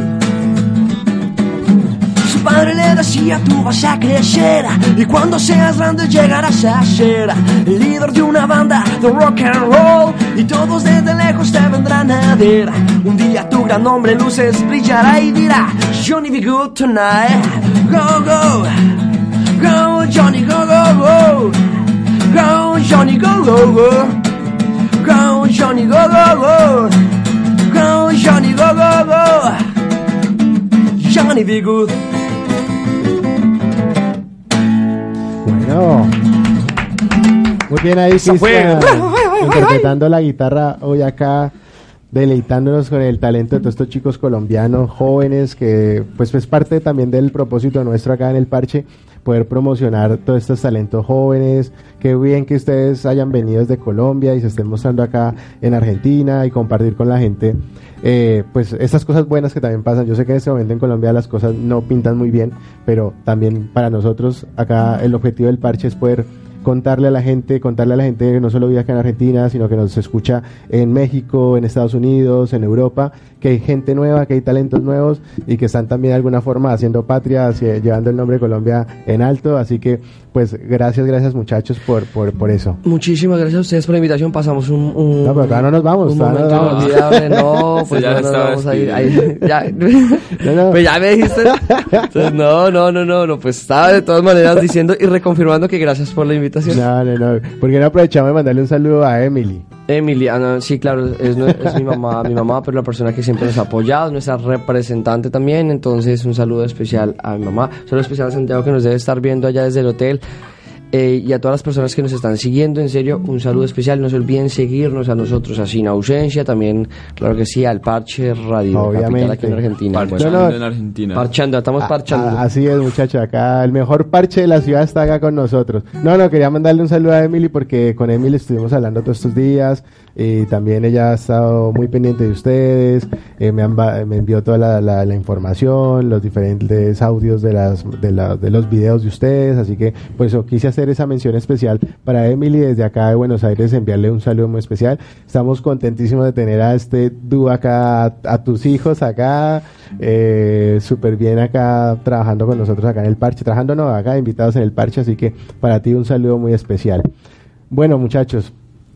Su padre le decía: tú vas a crecer y cuando seas grande llegarás a ser el líder de una banda de rock and roll y todos desde lejos te vendrán a ver. Un día tu gran nombre luces brillará y dirá: Johnny B. Good tonight. Go, go, go Johnny, go, go, go, go Johnny, go, go, go, go Johnny, go, go, go, go Johnny, go, go, go, Johnny B. Good. Bueno, muy bien ahí, Cristian, interpretando la guitarra hoy acá, deleitándonos con el talento de todos estos chicos colombianos, jóvenes, que pues es parte también del propósito nuestro acá en el Parche, poder promocionar todos estos talentos jóvenes. Qué bien que ustedes hayan venido desde Colombia y se estén mostrando acá en Argentina y compartir con la gente eh, pues estas cosas buenas que también pasan. Yo sé que en este momento en Colombia las cosas no pintan muy bien, pero también para nosotros acá el objetivo del Parche es poder contarle a la gente, contarle a la gente que no solo vive acá en Argentina, sino que nos escucha en México, en Estados Unidos, en Europa, que hay gente nueva, que hay talentos nuevos y que están también de alguna forma haciendo patria, hacia- llevando el nombre de Colombia en alto. Así que, pues, gracias, gracias muchachos por, por, por eso. Muchísimas gracias a ustedes por la invitación. Pasamos un, un, No, pero todavía no nos vamos, un todavía no momento nos vamos. inolvidable. No, pues Ya no nos estaba vamos a ir. despidiendo. Ahí, ya, No, no. Pues ya me dijiste. Entonces, no, no, no, no, no. Pues estaba de todas maneras diciendo y reconfirmando que gracias por la invitación. No, no, no. Porque no aprovechamos de mandarle un saludo a Emily. Emily, ah, no, sí, claro, es, nue- es mi mamá, mi mamá, pero la persona que siempre nos ha apoyado, nuestra representante también. Entonces, un saludo especial a mi mamá. Un saludo especial a Santiago, que nos debe estar viendo allá desde el hotel. Eh, y a todas las personas que nos están siguiendo, en serio, un saludo especial. No se olviden seguirnos a nosotros así en ausencia, también, claro que sí, al Parche Radio, obviamente, capital aquí en Argentina. Parchando Bueno, en Argentina. parchando, estamos A- parchando. a- así es, muchacho, acá el mejor parche de la ciudad está acá con nosotros. No, no, quería mandarle un saludo a Emily porque con Emily estuvimos hablando todos estos días y también ella ha estado muy pendiente de ustedes, eh, me, han va- me envió toda la, la- la información, los diferentes audios de, las, de, la- de los videos de ustedes, así que pues yo quise hacer esa mención especial para Emily desde acá de Buenos Aires, enviarle un saludo muy especial. Estamos contentísimos de tener a este dúo acá, a, a tus hijos acá, eh, súper bien acá trabajando con nosotros acá en el parche, trabajando no, acá invitados en el parche, así que para ti un saludo muy especial. Bueno, muchachos,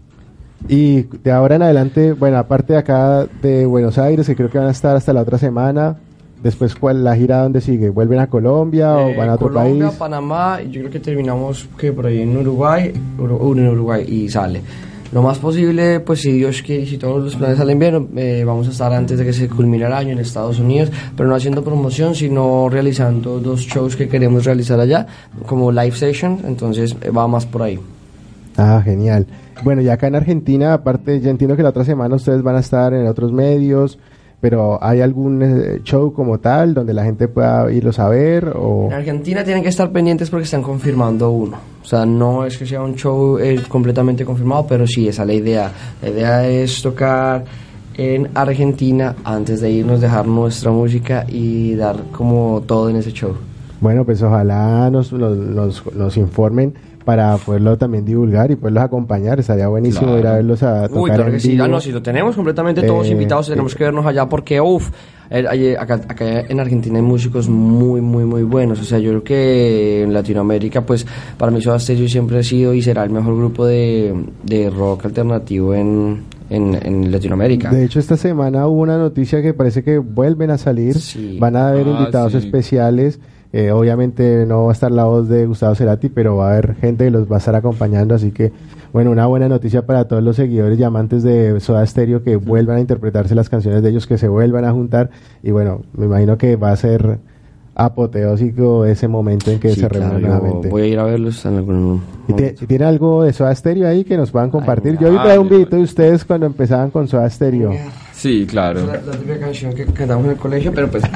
y de ahora en adelante, bueno, aparte de acá de Buenos Aires, que creo que van a estar hasta la otra semana, después, ¿cuál la gira dónde sigue? ¿Vuelven a Colombia o Eh, van a otro Colombia, país? Panamá, y yo creo que terminamos que por ahí en Uruguay, Uru- uno en Uruguay y sale. Lo más posible, pues si Dios quiere, si todos los planes salen bien, eh, vamos a estar antes de que se culmine el año en Estados Unidos, pero no haciendo promoción, sino realizando dos shows que queremos realizar allá, como live session, entonces eh, va más por ahí. Ah, genial. Bueno, y acá en Argentina, aparte, ya entiendo que la otra semana ustedes van a estar en otros medios, pero ¿hay algún eh, show como tal donde la gente pueda irlos a ver? O... En Argentina tienen que estar pendientes porque están confirmando uno. O sea, no es que sea un show eh, completamente confirmado, pero sí, esa es la idea. La idea es tocar en Argentina antes de irnos, dejar nuestra música y dar como todo en ese show. Bueno, pues ojalá nos, nos, nos, nos informen para poderlo también divulgar y poderlos acompañar. Estaría buenísimo Claro. ir a verlos a tocar Uy, claro en que sí, vivo. ah, no, si lo tenemos completamente todos Eh, invitados, tenemos eh, que vernos allá porque, uff, acá, acá en Argentina hay músicos muy, muy, muy buenos. O sea, yo creo que en Latinoamérica, pues, para mí Soda Stereo siempre ha sido y será el mejor grupo de, de rock alternativo en, en, en Latinoamérica. De hecho, esta semana hubo una noticia que parece que vuelven a salir. Sí. Van a haber Ah, invitados sí. especiales. Eh, obviamente no va a estar la voz de Gustavo Cerati, pero va a haber gente que los va a estar acompañando. Así que, bueno, una buena noticia para todos los seguidores y amantes de Soda Stereo que vuelvan a interpretarse las canciones de ellos, que se vuelvan a juntar. Y bueno, me imagino que va a ser apoteósico ese momento en que Sí, se claro, reúnan yo nuevamente. voy a ir a verlos en algún ¿Y te- momento. ¿Tiene algo de Soda Stereo ahí que nos puedan compartir? Yo vi ah, por ahí un yo- videito de ustedes cuando empezaban con Soda Stereo. Sí, claro. La, la típica canción que cantamos en el colegio, pero pues...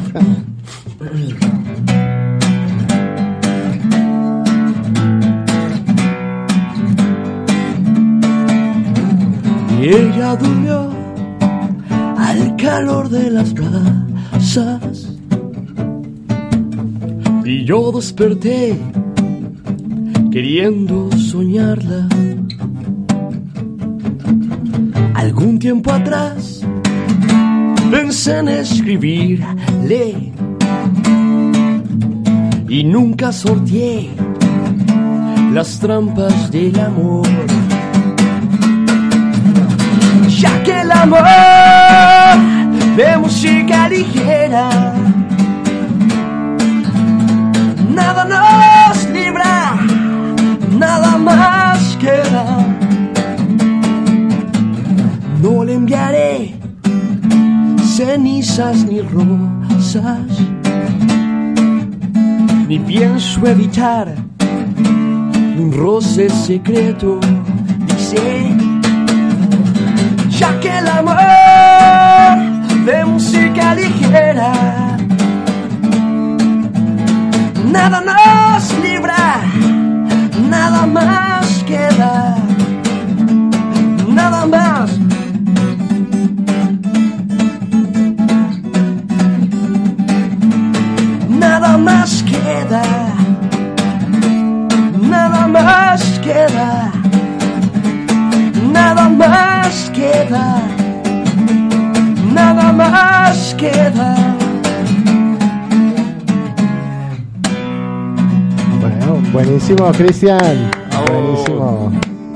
Y ella durmió al calor de las brasas. Y yo desperté queriendo soñarla. Algún tiempo atrás pensé en escribirle y nunca sorteé las trampas del amor. Ya que el amor de música ligera nada nos libra, nada más queda. No le enviaré cenizas ni rosas, ni pienso evitar un roce secreto. Dice, ya que el amor de música ligera nada nos libra, nada más queda, nada más. Nada más queda, nada más queda, nada más queda, nada más queda. Bueno, buenísimo, Cristian. Buenísimo.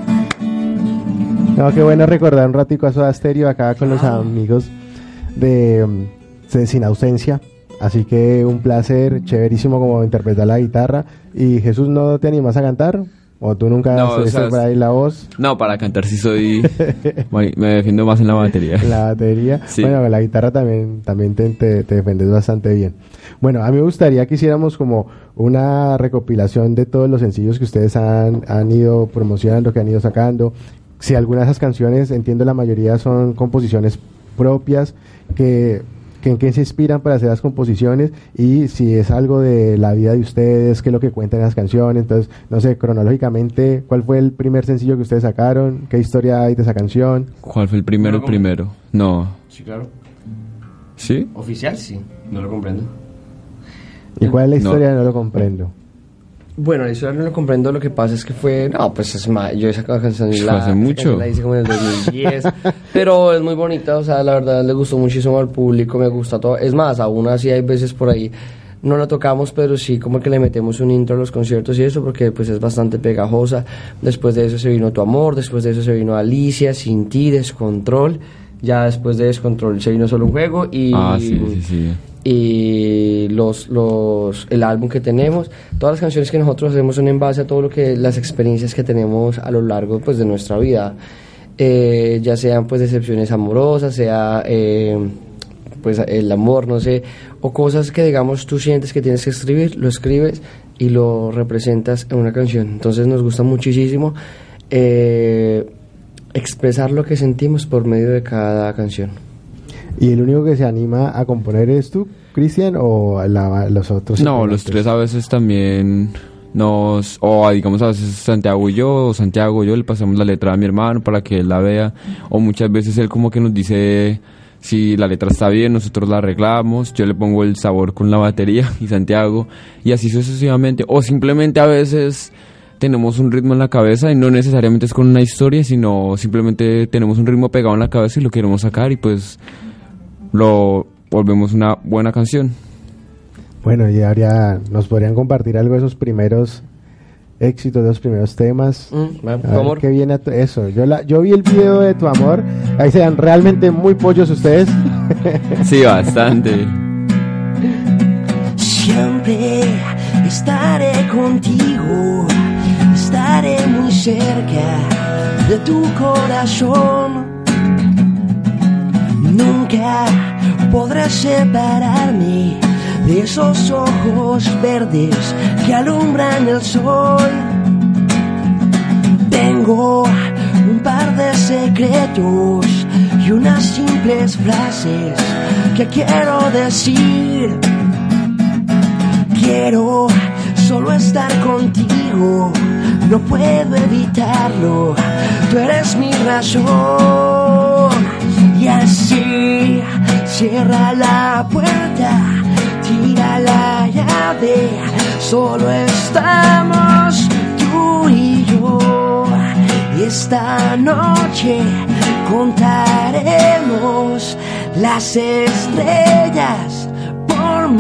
No, qué bueno recordar un ratico a Soda Stereo acá con los amigos de, mm, de Sin Ausencia. Así que un placer, chéverísimo como interpretar la guitarra. Y Jesús, ¿no te animas a cantar? ¿O tú nunca No, o estuviste sea, por ahí la voz? No, para cantar sí soy... me defiendo más en la batería. La batería. Sí. Bueno, la guitarra también, también te, te, te defendes bastante bien. Bueno, a mí me gustaría que hiciéramos como una recopilación de todos los sencillos que ustedes han, han ido promocionando, que han ido sacando. Si algunas de esas canciones, entiendo la mayoría son composiciones propias, que... que en qué se inspiran para hacer las composiciones y si es algo de la vida de ustedes, qué es lo que cuentan esas canciones. Entonces, no sé, cronológicamente, ¿cuál fue el primer sencillo que ustedes sacaron? ¿Qué historia hay de esa canción? ¿Cuál fue el primero, No, primero? No. Sí, claro. ¿Sí? Oficial, sí. No lo comprendo. ¿Y cuál es la No. historia? No, lo comprendo. Bueno, la historia no lo comprendo, lo que pasa es que fue... No, pues es más, yo he sacado canción y Fue la... hace esa mucho. canción La hice como en el dos mil diez, pero es muy bonita, o sea, la verdad le gustó muchísimo al público, me gusta todo. Es más, aún así hay veces por ahí, no la tocamos, pero sí como que le metemos un intro a los conciertos y eso, porque pues es bastante pegajosa. Después de eso se vino Tu Amor, después de eso se vino Alicia, Sin Ti, Descontrol. Ya después de Descontrol se vino Solo un Juego y... Ah, sí, sí, sí. y los, los, el álbum que tenemos, todas las canciones que nosotros hacemos son en base a todo lo que, las experiencias que tenemos a lo largo pues de nuestra vida, eh, ya sean pues decepciones amorosas, sea eh, pues el amor, no sé, o cosas que digamos tú sientes que tienes que escribir, lo escribes y lo representas en una canción. Entonces nos gusta muchísimo eh, expresar lo que sentimos por medio de cada canción. ¿Y el único que se anima a componer es tú, Cristian, o la, los otros? No, los integrantes? tres a veces también nos... O digamos a veces Santiago y yo, o Santiago y yo le pasamos la letra a mi hermano para que él la vea. O muchas veces él como que nos dice si la letra está bien, nosotros la arreglamos. Yo le pongo el sabor con la batería y Santiago. Y así sucesivamente. O simplemente a veces... tenemos un ritmo en la cabeza y no necesariamente es con una historia, sino simplemente tenemos un ritmo pegado en la cabeza y lo queremos sacar y pues lo volvemos una buena canción. Bueno, y ahora nos podrían compartir algo de esos primeros éxitos, de esos primeros temas. Mm, bueno, A Tu ver Amor. qué viene a to- eso. Yo la, yo vi el video de Tu Amor. Ahí se dan realmente muy pollos ustedes. Sí, bastante. Siempre estaré contigo, estaré muy cerca de tu corazón. Nunca podré separarme de esos ojos verdes que alumbran el sol. Tengo un par de secretos y unas simples frases que quiero decir. Quiero solo estar contigo, no puedo evitarlo, tú eres mi razón. Y así, cierra la puerta, tira la llave, solo estamos tú y yo. Y esta noche contaremos las estrellas por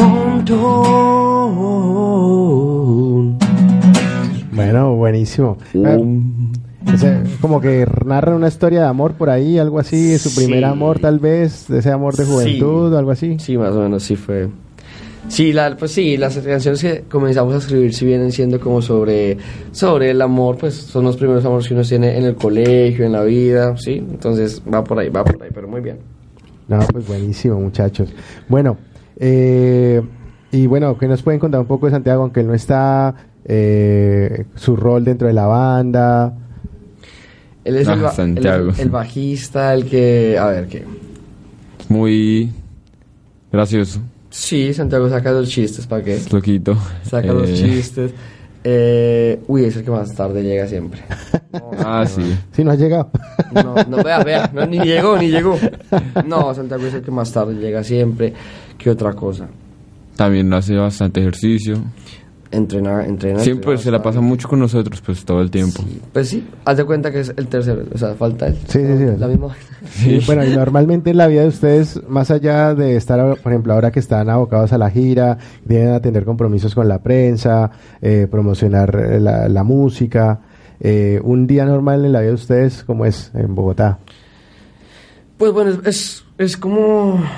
montón. Bueno, buenísimo. O sea, como que narran una historia de amor por ahí, algo así, su primer Sí. amor tal vez, de ese amor de juventud Sí. o algo así. Sí, más o menos, sí fue. Sí, la, pues sí, las canciones que comenzamos a escribir si vienen siendo como sobre, sobre el amor, pues son los primeros amores que uno tiene en el colegio, en la vida, sí, entonces va por ahí, va por ahí, pero muy bien. No, pues buenísimo, muchachos. Bueno, eh, y bueno, ¿qué nos pueden contar un poco de Santiago, aunque él no está, eh, su rol dentro de la banda? Él es, Ah, el, ba- él es Santiago. el, el bajista, el que, a ver, ¿qué? Muy gracioso, Sí, Santiago saca los chistes, ¿para qué? es loquito. Saca los Eh, chistes. Eh, uy, es el que más tarde llega siempre. No, Ah, sí. Si no ha llegado. No, no, vea, vea, no, ni llegó, ni llegó. No, Santiago es el que más tarde llega siempre. ¿Qué otra cosa? También hace bastante ejercicio. Entrenar, entrenar. Siempre entrenar se la pasa bastante. mucho con nosotros, pues todo el tiempo. Sí, pues sí, haz de cuenta que es el tercero, o sea, falta él. Sí, sí, sí. La misma. Sí, bueno, y normalmente en la vida de ustedes, más allá de estar, por ejemplo, ahora que están abocados a la gira, tienen a tener compromisos con la prensa, eh, promocionar eh, la, la música, eh, un día normal en la vida de ustedes, ¿cómo es en Bogotá? Pues bueno, es, es, es como,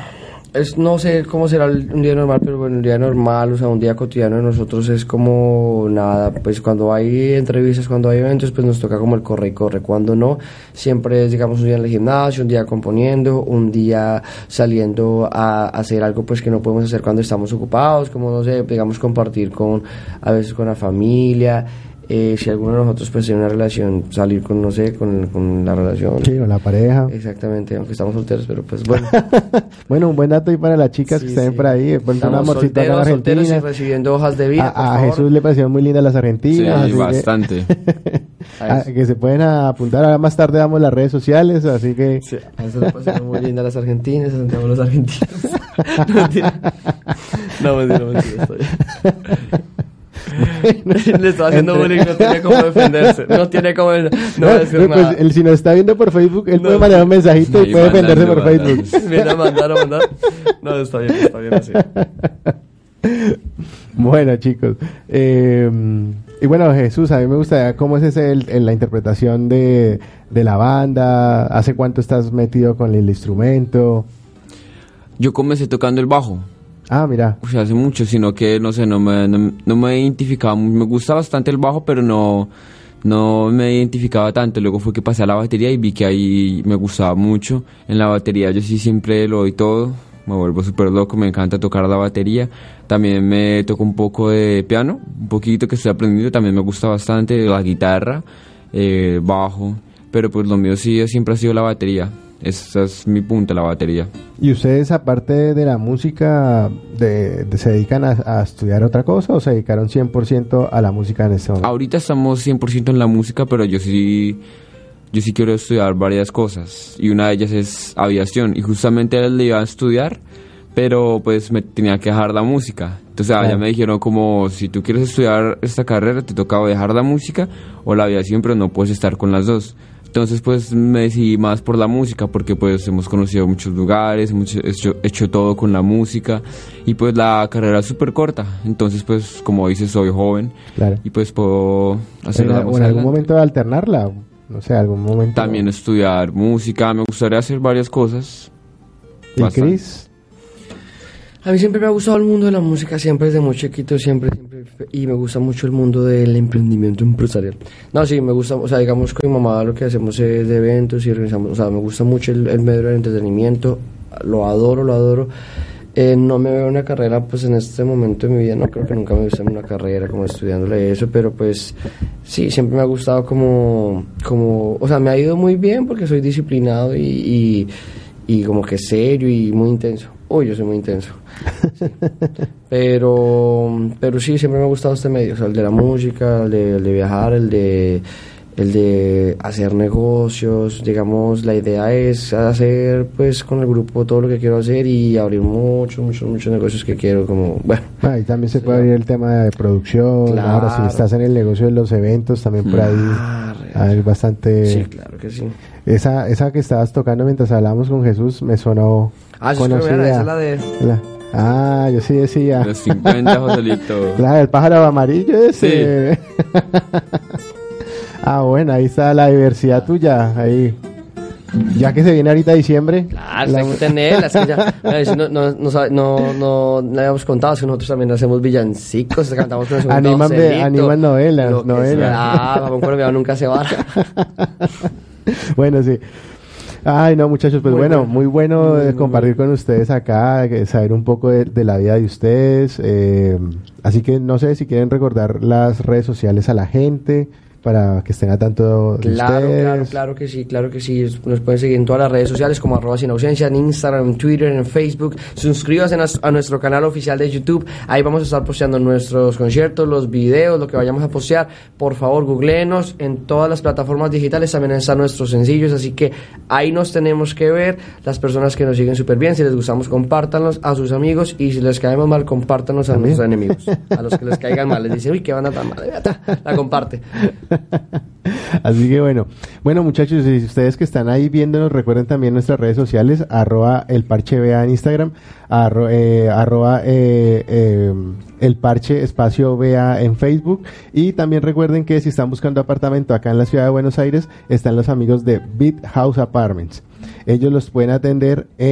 es, no sé cómo será el- un día normal, pero bueno, un día normal, o sea, un día cotidiano de nosotros es como nada, pues cuando hay entrevistas, cuando hay eventos, pues nos toca como el corre y corre, cuando no, siempre es, digamos, un día en el gimnasio, un día componiendo, un día saliendo a hacer algo pues que no podemos hacer cuando estamos ocupados, como, no sé, digamos, compartir con, a veces con la familia. Eh, si alguno de nosotros pues tiene una relación, salir con, no sé, con, con la relación. Sí, con la pareja. Exactamente, aunque estamos solteros, pero pues bueno. Bueno, un buen dato ahí para las chicas Sí, que estén sí. por ahí. Por un Estamos amorcito acá en solteros, solteros y Argentina. recibiendo hojas de vida, por A, a favor. Jesús le parecieron muy lindas las Sí, argentinas. así que- bastante. Ah, que se pueden apuntar. Ahora más tarde damos las redes sociales, así que Sí, a eso le parecieron muy lindas las argentinas, a Santiago los argentinos. No, mentira. No, mentira, mentira, estoy... Le estaba haciendo Entre- bullying, no tiene cómo defenderse. No tiene cómo... No, No, va a decir pues, nada. él, si nos está viendo por Facebook, él No. puede mandar un mensajito y Sí, puede defenderse mandando, por mandando. Facebook. Viene a mandar, a mandar. No, está bien, está bien así. Bueno, chicos. eh, y bueno, Jesús, a mí me gustaría cómo es ese el- en la interpretación de, de la banda. ¿Hace cuánto estás metido con el instrumento? Yo comencé tocando el bajo. Ah, mira. O sea, hace mucho, sino que, no sé, no me, no, no me identificaba. mu- Me gusta bastante el bajo, pero no, no me identificaba tanto. Luego fue que pasé a la batería y vi que ahí me gustaba mucho. En la batería yo sí siempre lo doy todo. Me vuelvo súper loco, me encanta tocar la batería. También me toco un poco de piano, un poquito que estoy aprendiendo. También me gusta bastante la guitarra, eh, bajo. Pero pues lo mío sí siempre ha sido la batería. Esa es mi punta, la batería. ¿Y ustedes, aparte de la música, de, de- se dedican a, a estudiar otra cosa o se dedicaron cien por ciento a la música en este momento? Ahorita estamos cien por ciento en la música, pero yo sí, yo sí quiero estudiar varias cosas. Y una de ellas es aviación. Y justamente él le iba a estudiar, pero pues me tenía que dejar la música. Entonces Claro. allá me dijeron como, si tú quieres estudiar esta carrera, te toca o dejar la música o la aviación, pero no puedes estar con las dos. Entonces pues me decidí más por la música porque pues hemos conocido muchos lugares, hemos hecho, hecho todo con la música y pues la carrera es súper corta. Entonces pues como dices, soy joven Claro. y pues puedo hacerlo Pero, más o en algún adelante. momento de alternarla, no sé, algún momento. También estudiar música, me gustaría hacer varias cosas. ¿Y Bastante. Cris? A mí siempre me ha gustado el mundo de la música, siempre desde muy chiquito, siempre, siempre, y me gusta mucho el mundo del emprendimiento empresarial. No, sí, me gusta, o sea, digamos con mi mamá lo que hacemos es de eventos y organizamos, o sea, me gusta mucho el, el medio del entretenimiento, lo adoro, lo adoro. Eh, no me veo una carrera, pues en este momento de mi vida, no creo que nunca me vea en una carrera como estudiándole eso, pero pues sí, siempre me ha gustado como, como, o sea, me ha ido muy bien porque soy disciplinado y, y, y como que serio y muy intenso. Uy, yo soy muy intenso. Sí. Pero, pero sí, siempre me ha gustado este medio, o sea, el de la música, el de, el de viajar, el de, el de hacer negocios, digamos, la idea es hacer pues con el grupo todo lo que quiero hacer y abrir muchos, muchos, muchos negocios que quiero, como, bueno. Ahí también se puede abrir el tema de producción. Claro. Ahora, si estás en el negocio de los eventos, también por ahí Ah, real. hay bastante. Sí, claro que sí. Esa, esa que estabas tocando mientras hablábamos con Jesús me sonó Ah, sí, es colombiana, conocida. esa es la de... La- ah, yo sí decía. Los cincuenta, Joselito. La del pájaro amarillo ese. Ah, bueno, ahí está la diversidad tuya. Ahí. Ya que se viene ahorita diciembre. Claro, la- tengo que tenerla, es que ya, a ver, no, no, no, sabe- no, no, no habíamos contado, es que nosotros también hacemos villancicos, cantamos con el segundo Animan de- Joselito, animan novelas, lo que novelas. sea. Ah, papá, un colombiano nunca se va. Bueno, sí. Ay, no, muchachos, pues Muy bueno, bueno. muy bueno Muy, eh, muy compartir con ustedes acá, que saber un poco de, de la vida de ustedes. eh, así que no sé si quieren recordar las redes sociales a la gente para que estén a tanto de Claro, ustedes. claro, claro que sí, claro que sí. Nos pueden seguir en todas las redes sociales como arroba sin ausencia, en Instagram, en Twitter, en Facebook. Suscríbanse a, a nuestro canal oficial de YouTube. Ahí vamos a estar posteando nuestros conciertos, los videos, lo que vayamos a postear. Por favor, googleenos en todas las plataformas digitales. También están nuestros sencillos, así que ahí nos tenemos que ver. Las personas que nos siguen súper bien, si les gustamos, compártanlos a sus amigos. Y si les caemos mal, compártanos a ¿También? nuestros enemigos. A los que les caigan mal, les dicen, uy, qué banda tan mal. La comparte. Así que bueno, bueno muchachos, y ustedes que están ahí viéndonos, recuerden también nuestras redes sociales, arroba el parche vea en Instagram, arro, eh, arroba eh, eh, el parche espacio vea en Facebook, y también recuerden que si están buscando apartamento acá en la ciudad de Buenos Aires, están los amigos de Beat House Apartments. Ellos los pueden atender en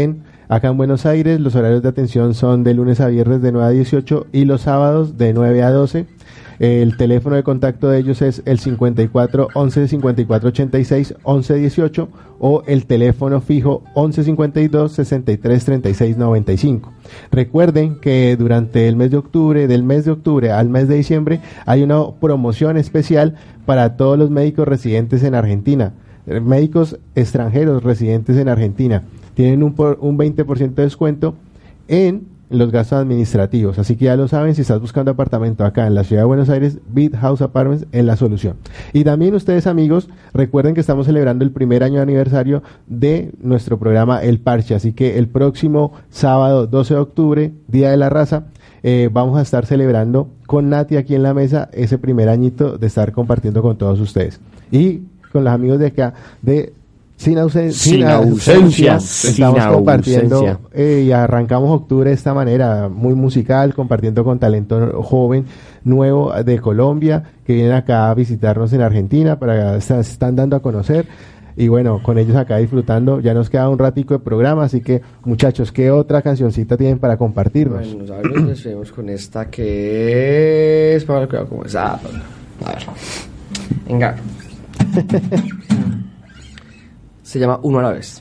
Acá en Buenos Aires los horarios de atención son de lunes a viernes de nueve a dieciocho y los sábados de nueve a doce. El teléfono de contacto de ellos es el cincuenta y cuatro once cincuenta y cuatro ochenta y seis once dieciocho o el teléfono fijo once cincuenta y dos sesenta y tres treinta y seis noventa y cinco. Recuerden que durante el mes de octubre, del mes de octubre al mes de diciembre, hay una promoción especial para todos los médicos residentes en Argentina, médicos extranjeros residentes en Argentina. Tienen un, por, un veinte por ciento de descuento en los gastos administrativos, así que ya lo saben, si estás buscando apartamento acá en la ciudad de Buenos Aires, Beat House Apartments es la solución. Y también ustedes, amigos, recuerden que estamos celebrando el primer año de aniversario de nuestro programa El Parche, así que el próximo sábado doce de octubre, Día de la Raza, eh, vamos a estar celebrando con Nati aquí en la mesa ese primer añito de estar compartiendo con todos ustedes y con los amigos de acá de Sin, ausen sin, sin ausencia, estamos sin compartiendo ausencia. Eh, y arrancamos octubre de esta manera, muy musical, compartiendo con talento joven, nuevo de Colombia, que vienen acá a visitarnos en Argentina, para se están dando a conocer, y bueno, con ellos acá disfrutando. Ya nos queda un ratico de programa, así que muchachos, ¿qué otra cancioncita tienen para compartirnos? Bueno, a ver, nos despedimos con esta que es, para cuidado cómo es, ah, a ver, venga. Se llama Uno a la vez.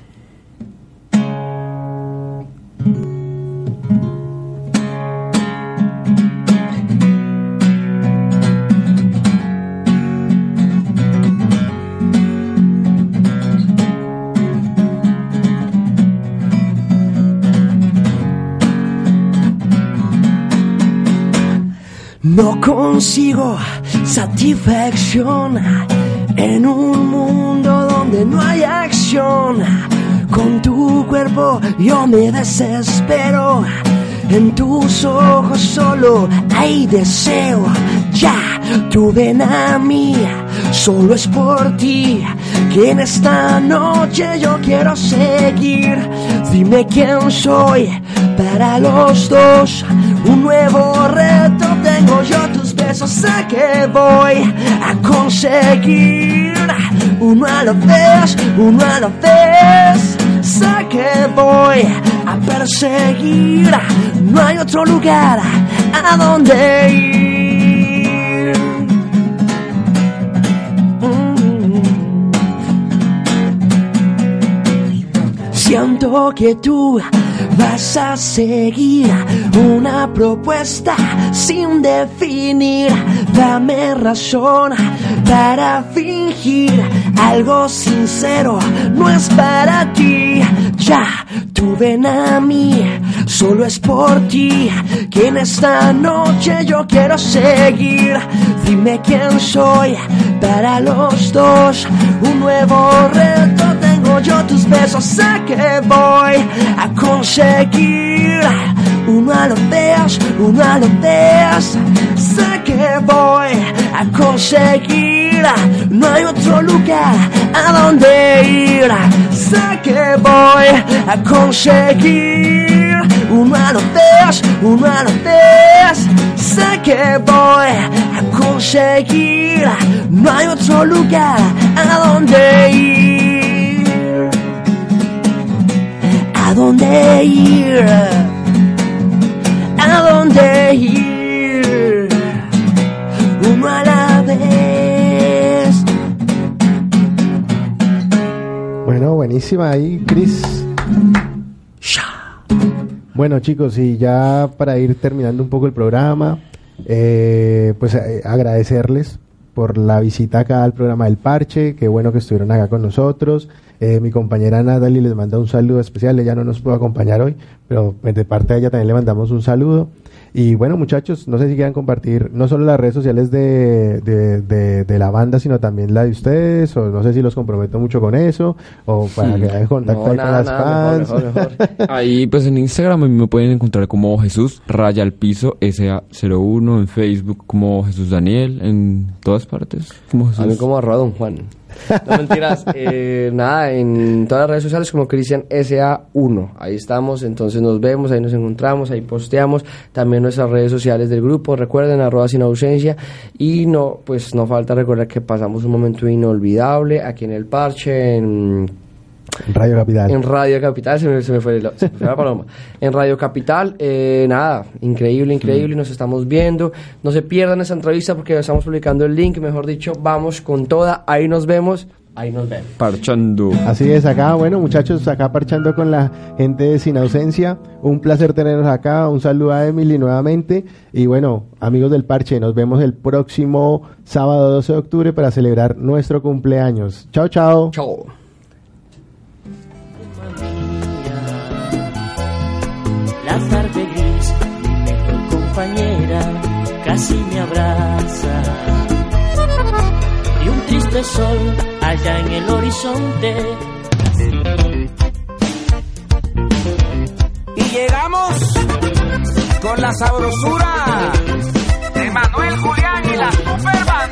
No consigo satisfacción en un mundo donde no hay acción. Con tu cuerpo yo me desespero. En tus ojos solo hay deseo. Ya, tú ven a mí, solo es por ti que en esta noche yo quiero seguir. Dime quién soy para los dos. Un nuevo reto tengo yo, tus besos sé que voy a conseguir. Uno a la vez, uno a la vez, sé que voy a perseguir. No hay otro lugar a donde ir. Mm. Siento que tú vas a seguir una propuesta sin definir. Dame razón para fingir algo sincero, no es para ti. Ya, tú ven a mí, solo es por ti que en esta noche yo quiero seguir. Dime quién soy para los dos. Un nuevo reto tengo yo, tus besos sé que voy a conseguir. Uno a la vez, uno a la vez, sé que voy a conseguir. No hay otro lugar a donde ir. Sé que voy a conseguir. Uno a la vez, uno a la vez, sé que voy a conseguir. No hay otro lugar a donde ir. A donde ir. A donde ir. Uno a la vez. Bueno, buenísima ahí, Chris. Bueno, chicos, y ya para ir terminando un poco el programa, eh, pues eh, agradecerles por la visita acá al programa del Parche. Qué bueno que estuvieron acá con nosotros. Eh, mi compañera Natalie les manda un saludo especial. Ella no nos pudo acompañar hoy, pero de parte de ella también le mandamos un saludo. Y bueno, muchachos, no sé si quieran compartir no solo las redes sociales de, de, de, de la banda, sino también la de ustedes, o no sé si los comprometo mucho con eso, o para que hagan contacto no, ahí nada, con las nada, fans. mejor, mejor, mejor. Ahí pues en Instagram a mí me pueden encontrar como Jesús Raya al Piso S A cero uno, en Facebook como Jesús Daniel, en todas partes como Jesús. A mí como arroba Don Juan. No mentiras, eh, nada, en todas las redes sociales como Cristian S A uno, ahí estamos, entonces nos vemos, ahí nos encontramos, ahí posteamos, también nuestras redes sociales del grupo, recuerden, arroba sin ausencia, y no, pues no falta recordar que pasamos un momento inolvidable aquí en el Parche, en En Radio Capital. En Radio Capital, se me, se me fue, la, se me fue la paloma. En Radio Capital, eh, nada, increíble, increíble, nos estamos viendo. No se pierdan esa entrevista porque estamos publicando el link, mejor dicho, vamos con toda, ahí nos vemos. Ahí nos vemos. Parchando. Así es, acá, bueno, muchachos, acá parchando con la gente de Sin Ausencia. Un placer tenerlos acá. Un saludo a Emily nuevamente. Y bueno, amigos del Parche, nos vemos el próximo sábado doce de octubre para celebrar nuestro cumpleaños. Chao, chao. Chao. La tarde gris, mi mejor compañera, casi me abraza. Y un triste sol allá en el horizonte. Y llegamos con la sabrosura de Manuel Julián y la Superbanda.